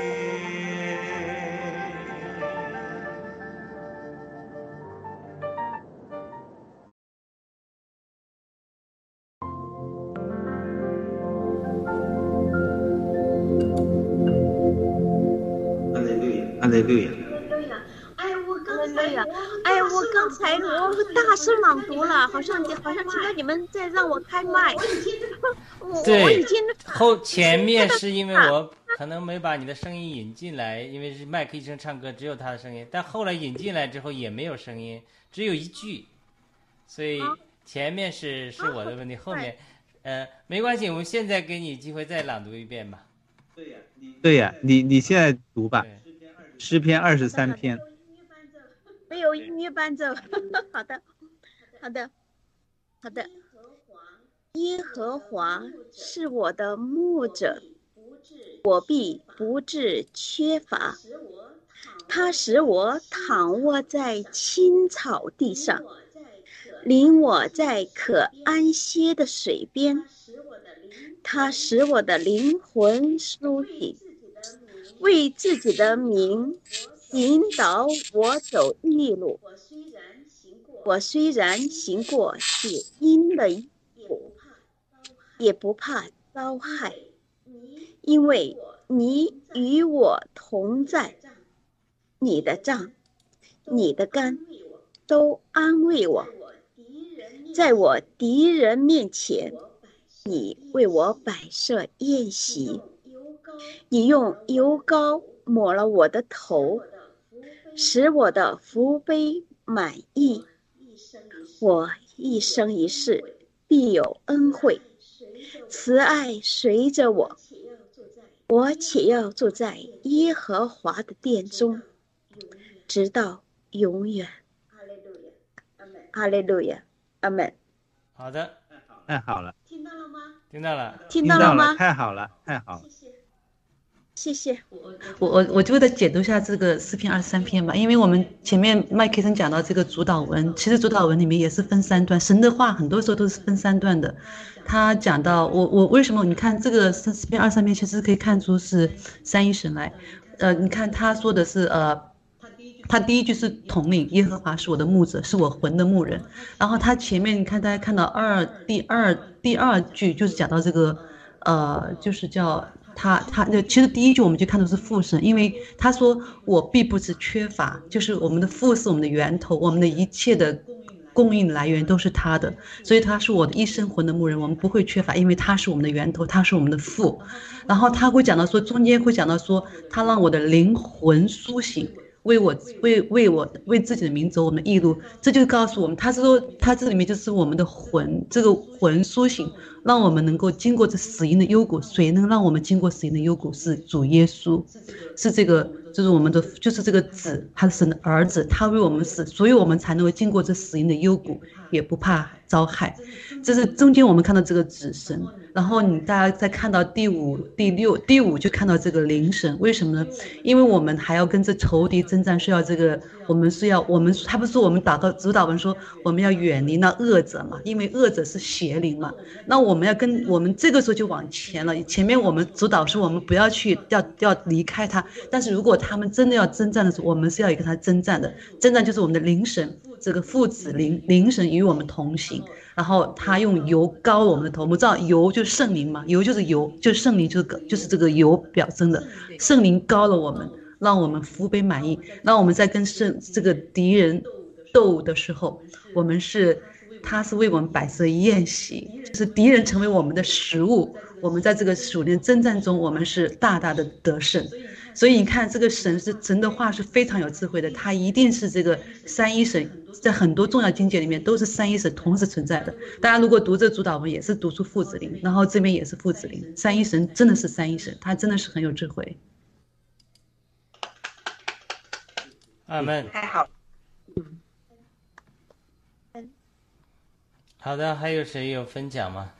哈利路亚。 哎，我刚才，哎，我刚才我大声朗读了，好像好像听到你们在让我开麦。我对， 我已经后前面是因为我可能没把你的声音引进来，因为是麦克医生唱歌只有他的声音，但后来引进来之后也没有声音，只有一句，所以前面是是我的问题，后面呃没关系，我们现在给你机会再朗读一遍吧。 对呀，对呀，你你现在读吧。诗篇二十三篇， 没有音乐伴奏。好的，好的，好的。耶和华是我的牧者，我必不致缺乏。他使我躺卧在青草地上，领我在可安歇的水边。他使我的灵魂苏醒。为自己的名引导我走义路，我虽然行过血阴的路，也不怕遭害，因为你与我同在，你的杖、你的竿都安慰我。在我敌人面前，你为我摆设宴席。你用油膏抹了我的头，使我的福杯满溢。我一生一世必有恩惠，慈爱随着我，我且要住在耶和华的殿中，直到永远。哈利路亚，阿门。 好的， 太好了。 听到了吗？ 听到了， 听到了吗？ 太好了，太好了。 谢谢。 我我我就再解读一下这个诗篇二十三篇吧，因为我们前面麦克森讲到这个主导文，其实主导文里面也是分三段，神的话很多时候都是分三段的。他讲到我我为什么你看这个诗篇二十三篇，其实可以看出是三一神来。呃，你看他说的是呃，他第一句是统领，耶和华是我的牧者，是我魂的牧人。然后他前面你看大家看到二第二第二句就是讲到这个呃，就是叫。他他其实第一句我们就看到是父神，因为他说我必不致缺乏，就是我们的父是我们的源头，我们的一切的供应来源都是他的，所以他是我的一生魂的牧人，我们不会缺乏，因为他是我们的源头，他是我们的父。然后他会讲到说，中间会讲到说，他让我的灵魂苏醒，为我为为我为自己的名走我们的义路，这就告诉我们，他是说他这里面就是我们的魂，这个魂苏醒， 让我们能够经过这死荫的幽谷。谁能让我们经过死荫的幽谷？是主耶稣，是这个，就是我们的，就是这个子，他是神的儿子，他为我们死，所以我们才能够经过这死荫的幽谷，也不怕遭害。这是中间我们看到这个子神，然后你大家再看到第五、第六、第五就看到这个灵神，为什么呢？因为我们还要跟这仇敌征战，需要这个，我们是要我们，他不是说我们祷告主祷文说我们要远离那恶者嘛，因为恶者是邪灵嘛。那我们要跟我们这个时候就往前了，前面我们主导是我们不要去要要离开他，但是如果他们真的要征战的时候，我们是要跟他征战的。征战就是我们的灵神，这个父子灵灵神与我们同行。然后他用油膏我们的头，我们知道油就是圣灵嘛，油就是油，就是圣灵，就是就是这个油表征的。圣灵膏了我们，让我们福杯满溢。让我们在跟圣这个敌人斗的时候，我们是他是为我们摆设宴席，是敌人成为我们的食物。我们在这个属灵征战中，我们是大大的得胜。所以你看，这个神是神的话是非常有智慧的，他一定是这个三一神，在很多重要经节里面都是三一神同时存在的。大家如果读这主导文，也是读出父子灵，然后这边也是父子灵，三一神真的是三一神，他真的是很有智慧。 阿门。 太好。 好的，还有谁有分享吗？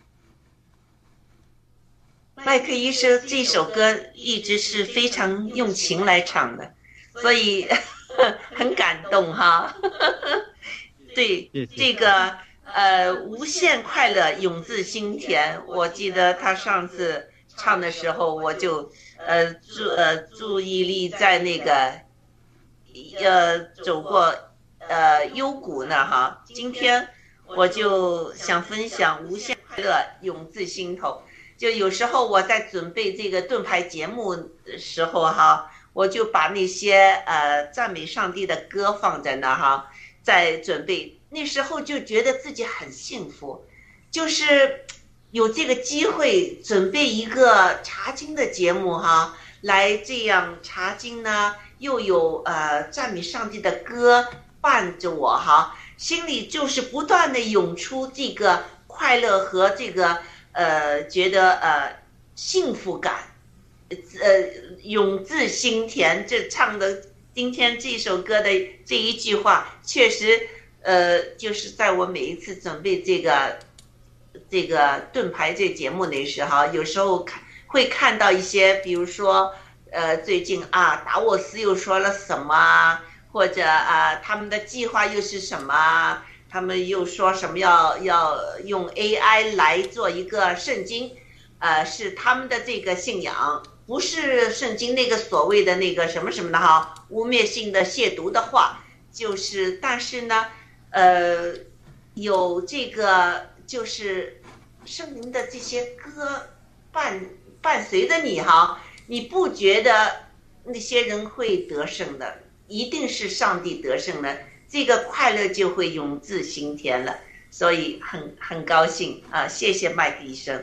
麦克医生这首歌一直是非常用情来唱的，所以很感动哈。对，这个呃无限快乐永自心田，我记得他上次唱的时候，我就呃注呃注意力在那个呃走过呃幽谷呢哈。今天我就想分享无限快乐永自心头。就有时候我在准备这个盾牌节目的时候哈，我就把那些呃赞美上帝的歌放在那哈，在准备那时候就觉得自己很幸福，就是有这个机会准备一个查经的节目哈，来这样查经呢，又有呃赞美上帝的歌伴着我哈，心里就是不断的涌出这个快乐和这个。呃，觉得呃幸福感，呃永自心田。这唱的今天这首歌的这一句话，确实呃就是在我每一次准备这个这个盾牌这节目的时候，有时候看会看到一些，比如说呃最近啊达沃斯又说了什么，或者啊他们的计划又是什么。他们又说什么要要用 A I 来做一个圣经，呃，是他们的这个信仰，不是圣经那个所谓的那个什么什么的哈，污蔑性的亵渎的话，就是，但是呢，呃，有这个就是圣灵的这些歌伴伴随着你哈，你不觉得那些人会得胜的，一定是上帝得胜的。这个快乐就会永自心田了，所以很很高兴啊！谢谢麦克医生。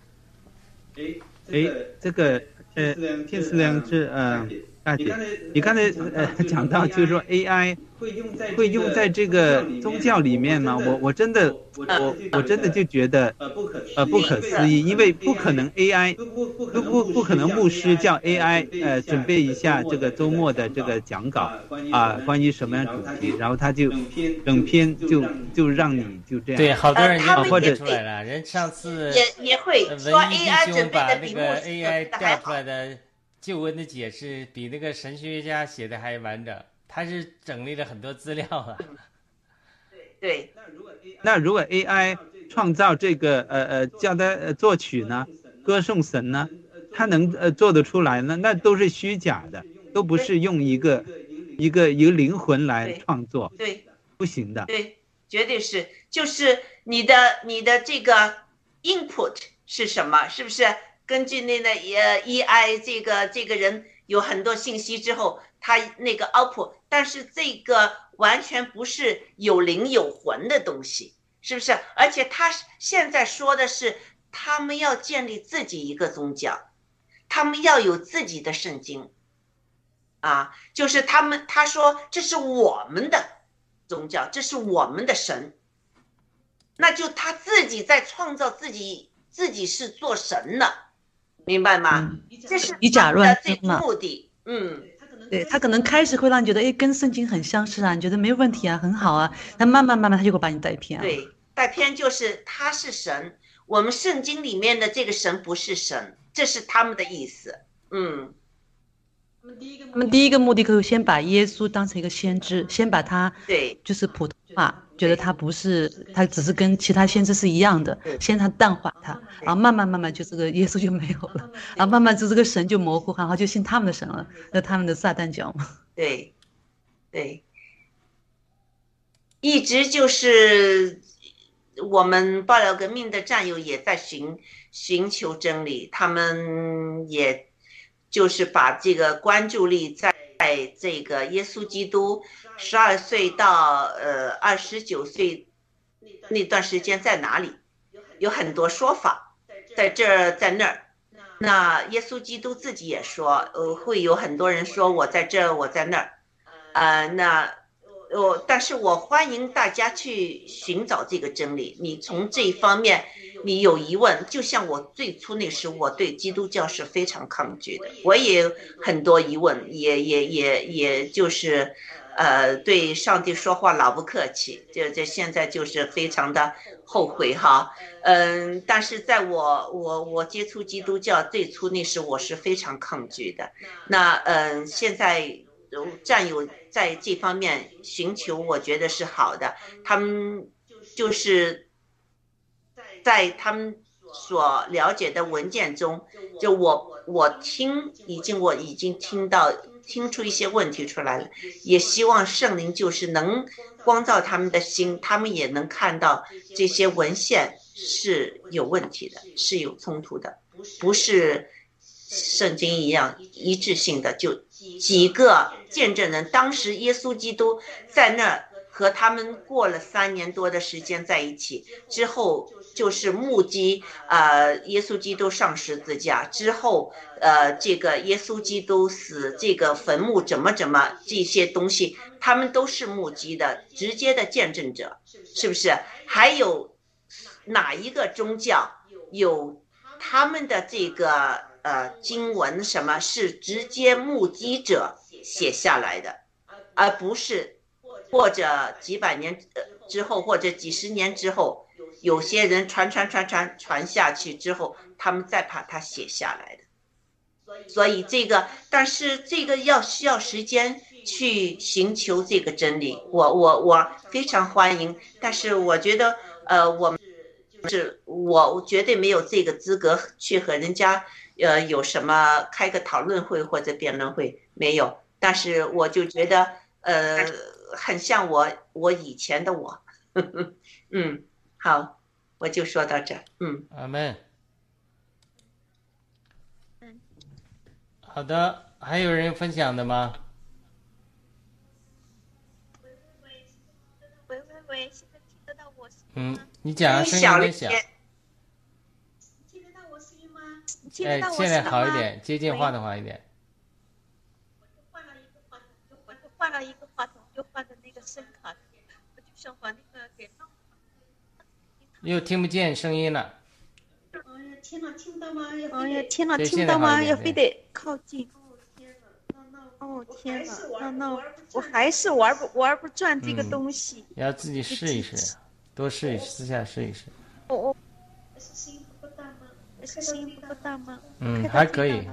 哎，这个呃，天赐良知呃，大姐，你刚才呃讲到就是说 A I 会用在这个宗教里面吗？我我真的我我真的就觉得呃不可思议，因为不可能 A I 不不不可能牧师叫 A I 呃准备一下这个周末的这个讲稿啊，关于什么样主题，然后他就整篇就就让你就这样。 对，好多人就或者出来了，人上次也也会说 A I 准备把那个的比牧师 A I 准备的还调出来的旧文的解释比那个神学家写的还完整，他是整理了很多资料啊。 对， 那如果 A I 创造这个呃呃叫他呃作曲呢，歌颂神呢，他能呃做得出来呢？那都是虚假的，都不是用一个一个一个灵魂来创作， 对， 不行的。 对，绝对是，就是你的你的这个 input 是什么？是不是根据那个呃 E I 这个这个人有很多信息之后，他那个 output， 但是这个完全不是有灵有魂的东西，是不是？而且他现在说的是，他们要建立自己一个宗教，他们要有自己的圣经，啊，就是他们他说这是我们的宗教，这是我们的神， 那就他自己在创造自己，自己是做神的，明白吗？ 嗯、 这是以假乱最终真嘛。 目的。嗯， 对，他可能开始会让你觉得，哎，跟圣经很相似啊，你觉得没问题啊，很好啊，但慢慢慢慢他就会把你带偏了。 对，带偏就是他是神，我们圣经里面的这个神不是神，这是他们的意思。嗯。 他们第一个目的可以先把耶稣当成一个先知，先把他对， 就是普通话，觉得他不是，他只是跟其他先知是一样的，先他淡化他，然后慢慢慢慢就这个耶稣就没有了，然后慢慢就这个神就模糊，然后就信他们的神了，那他们的撒旦教嘛。 对，对，一直就是我们爆料革命的战友也在寻寻求真理，他们也。就是把这个关注力在这个耶稣基督十二岁到呃二十九岁那段时间在哪里，有很多说法，在这儿在那儿。那耶稣基督自己也说，呃，会有很多人说我在这儿，我在那儿，呃，那我但是我欢迎大家去寻找这个真理。你从这一方面。你有疑问，就像我最初那时，我对基督教是非常抗拒的，我也有很多疑问，也也也也就是，呃，对上帝说话老不客气，这这现在就是非常的后悔哈，嗯，但是在我我我接触基督教最初那时，我是非常抗拒的，那嗯，现在战友在这方面寻求，我觉得是好的，他们就是。在他们所了解的文件中，就我我听已经我已经听到听出一些问题出来了，也希望圣灵就是能光照他们的心，他们也能看到这些文献是有问题的，是有冲突的，不是圣经一样一致性的，就几个见证人，当时耶稣基督在那儿和他们过了三年多的时间在一起之后。就是目击，呃，耶稣基督上十字架之后，呃，这个耶稣基督死，这个坟墓怎么怎么这些东西，他们都是目击的，直接的见证者，是不是？还有哪一个宗教有他们的这个呃经文什么是直接目击者写下来的，而不是或者几百年之后或者几十年之后。有些人传传传传传下去之后，他们再把它写下来的，所以这个，但是这个要需要时间去寻求这个真理。我我我非常欢迎，但是我觉得，呃，我们是我绝对没有这个资格去和人家，呃，有什么开个讨论会或者辩论会没有。但是我就觉得，呃，很像我我以前的我，呵呵嗯。好，我就说到这儿。嗯， 阿门。好的，还有人分享的吗？ 喂喂喂，现在听得到我声音吗？嗯，你讲声音有点小。 听得到我声音吗？ 哎，现在好一点，接近话筒好一点。 我就换了一个话筒，就我就换了一个话筒，就换的那个声卡，我就想把那个给弄。 又听不见声音了。 哎呀，天哪，听到吗？哎呀，天哪，听到吗？要非得靠近。哦天哪，那那我还是玩不玩不转这个东西。 嗯、要自己试一试，多试一试，私下试一试。 哦哦，声音不够大吗？声音不够大吗？ 嗯，还可以。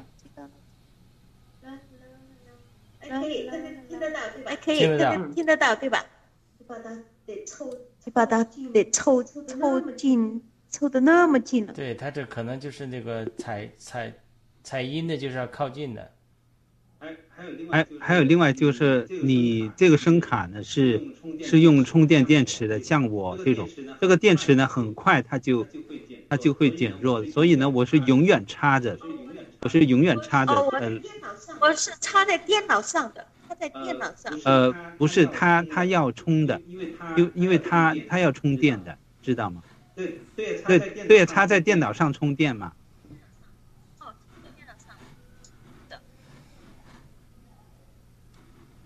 可以，听得到对吧？可以，听得到，听得到对吧？你把它得凑。你把它得凑凑近，凑得那么近了。 对，它这可能就是那个采采采音的，就是要靠近的。 还还有另外就是你这个声卡呢是是用充电电池的，像我这种，这个电池呢很快它就它就会减弱，所以呢我是永远插着，我是永远插着。 哦，我呃，我是插在电脑上的。在电脑上， 呃，不是，它它要充的，因因为它它要充电的，知道吗？对对对对，插在电脑上充电嘛。 哦，在电脑上的。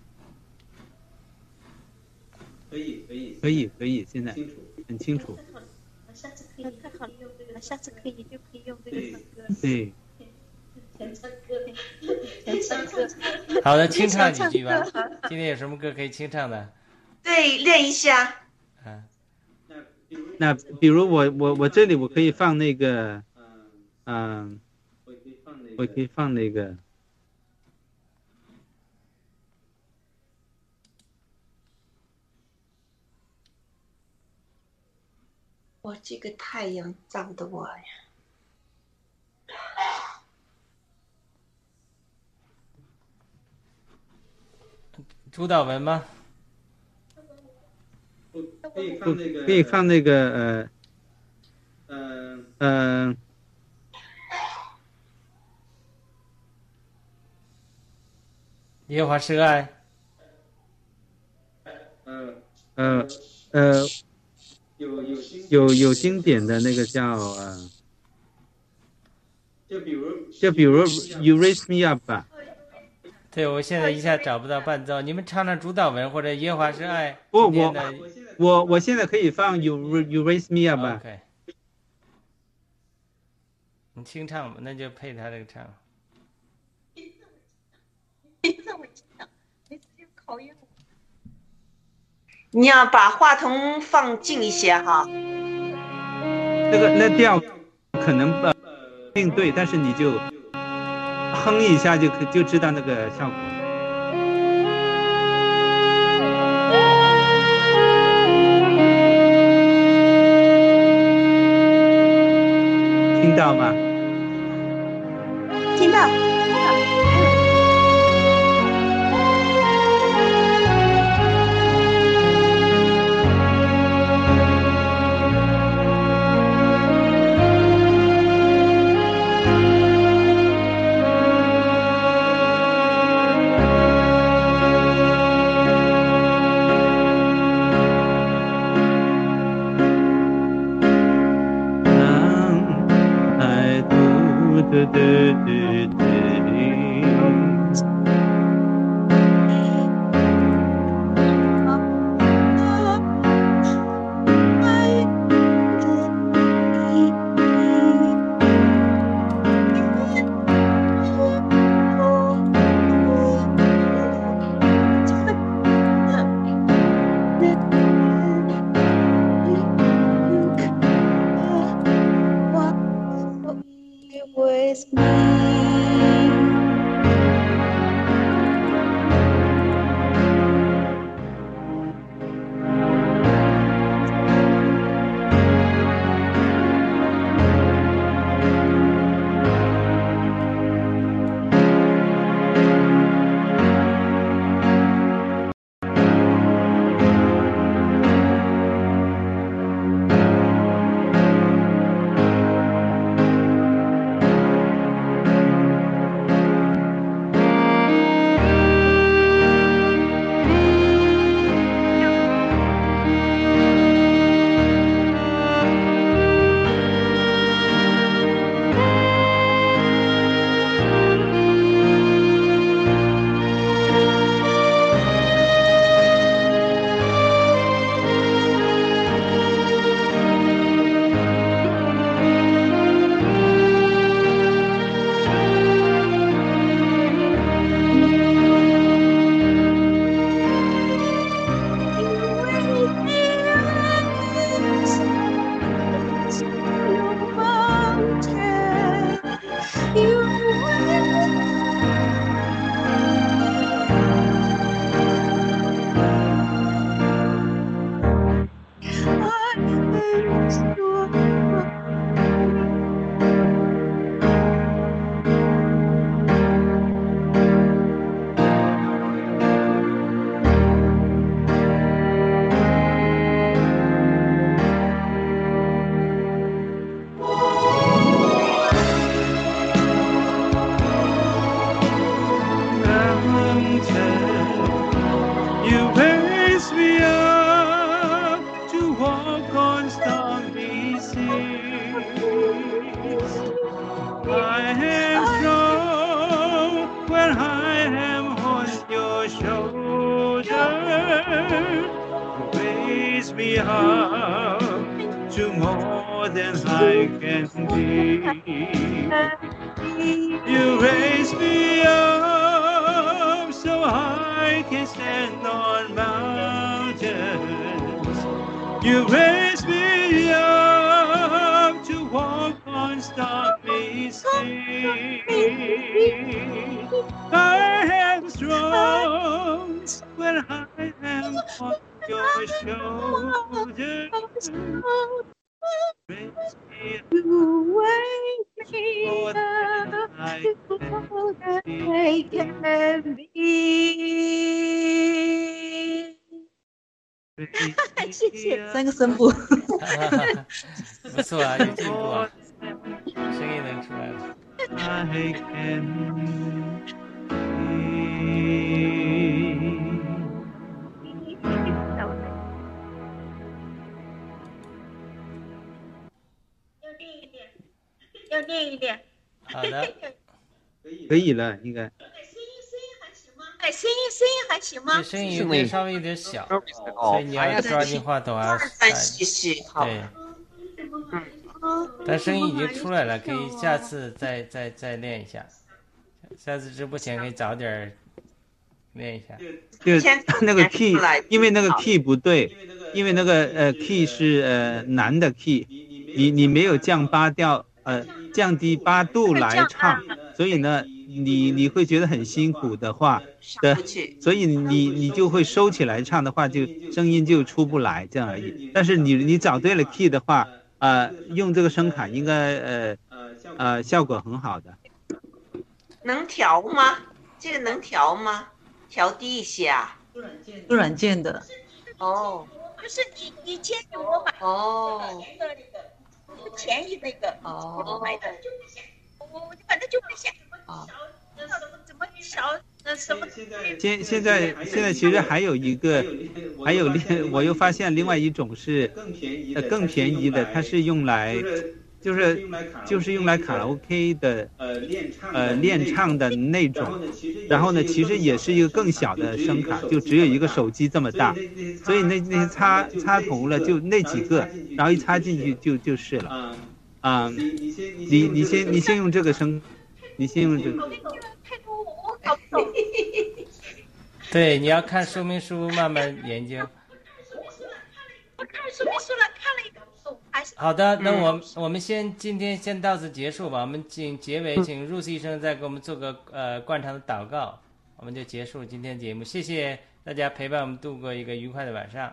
可以可以可以可以，现在很清楚。 下次可以，太好了，下次可以就可以用这个唱歌。 对。 全唱歌，全唱歌。 好的，清唱几句吧。今天有什么歌可以清唱的？ 对，练一下。 嗯。 那比如我我我这里我可以放那个，嗯，我可以放那个。 哇，这个太阳照的我呀！ 主导文吗？ 可以放那个，可以放那个呃，嗯嗯， 耶和华是爱。 呃呃呃，有有有有经典的那个叫呃，就比如就比如 You Raise Me Up 吧。 对，我现在一下找不到伴奏，你们唱唱主导文或者耶和华是爱。 不，我我我现在可以放 You You Raise Me Up 吧。 OK， 你清唱吧，那就配他这个唱。 你要把话筒放近一些哈。 那个那调可能呃并对，但是你就哼一下就可就知道那个效果。听到吗？ 听到，听到。 对对对对。 to more than I can be. You raise me up so I can stand on mountains. You raise me up to walk on stormy seas. I am strong when I am on your shoulders. Raise me up more than I can be. 谢谢三个声部。 不错啊，有进步啊，声音能出来了。 I can be. 要练一点。 好的， 可以了，应该。 哎，声音声音还行吗？ 这声音有点稍微有点小，所以你要抓紧话筒啊。 再细细，好。 对。但声音已经出来了，可以下次再再再练一下。下次直播前可以早点练一下。 就那个 key， 因为那个 key 不对，因为那个呃 key 是呃难的 key， 你你没有降八调，呃降低八度来唱，所以呢。你你会觉得很辛苦的话的，所以你你就会收起来唱的话，就声音就出不来这样而已。但是你你找对了 key 的话，呃，用这个声卡应该呃呃效果很好的。 能调吗？这个能调吗？调低一些啊？ 做软件的。 哦。 就是你你建议我买哦那个那个便宜那个哦， 我买的就不下，我反正就不下。 啊， 怎么小呃什么？ 现现在现在其实还有一个，还有另我又发现另外一种是呃更便宜的，它是用来就是就是用来卡拉 OK 的呃练唱的那种，然后呢其实也是一个更小的声卡，就只有一个手机这么大，所以那那些插插头了就那几个，然后一插进去就就是了。啊、嗯，你你先你先用这个声。你先用这个。 对，你要看说明书，慢慢研究。 我看说明书了，看了一个，还是。 好的，那我、嗯、我们先今天先到此结束吧。我们请结尾，请 Ruth 医生再给我们做个呃惯常的祷告，我们就结束今天节目。谢谢大家陪伴我们度过一个愉快的晚上。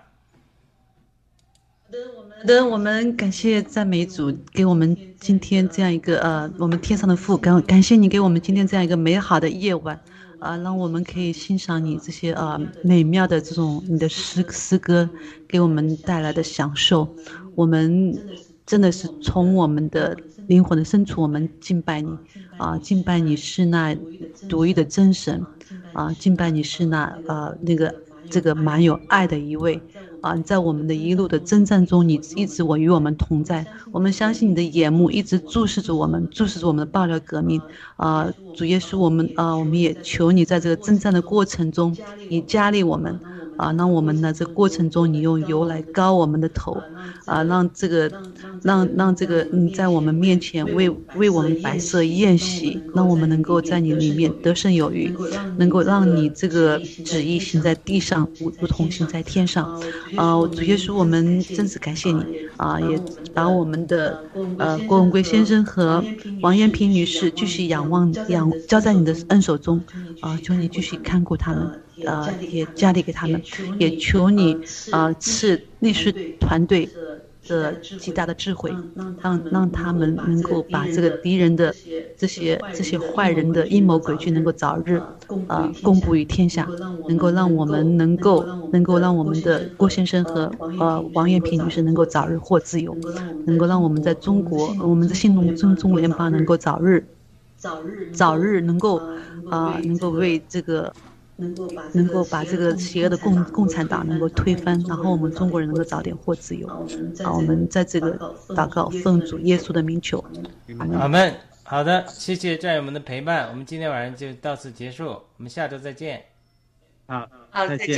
好的，我们感谢赞美主给我们今天这样一个呃，我们天上的父，感感谢你给我们今天这样一个美好的夜晚，啊、呃，让我们可以欣赏你这些呃美妙的这种你的诗诗歌给我们带来的享受。我们真的是从我们的灵魂的深处，我们敬拜你啊、呃，敬拜你是那独一的真神啊、呃，敬拜你是那呃那个这个满有爱的一位。啊，在我们的一路的征战中，你一直我与我们同在。我们相信你的眼目一直注视着我们，注视着我们的爆料革命。啊，主耶稣，我们啊，我们也求你在这个征战的过程中，你加力我们。啊，让我们呢这个过程中，你用油来膏我们的头，啊，让这个，让让这个你在我们面前为为我们摆设宴席，让我们能够在你里面得胜有余，能够让你这个旨意行在地上，如同行在天上。啊，主耶稣，我们真是感谢你啊，也把我们的呃郭文贵先生和王艳萍女士继续仰望仰交在你的恩手中，啊，求你继续看顾他们。呃，也加力给他们，也求你呃赐律师团队的极大的智慧，让让他们能够把这个敌人的这些这些坏人的阴谋诡计能够早日呃公布于天下，能够让我们能够能够让我们的郭先生和呃王艳萍女士能够早日获自由，能够让我们在中国我们的新农村中国联邦能够早日早日早日能够啊、呃、能够为这个。能够把这个邪恶的共共产党能够推翻，然后我们中国人能够早点获自由。啊，我们在这个祷告奉主耶稣的名求， 阿们。好的，谢谢战友们的陪伴，我们今天晚上就到此结束，我们下周再见。 好， 好，再见。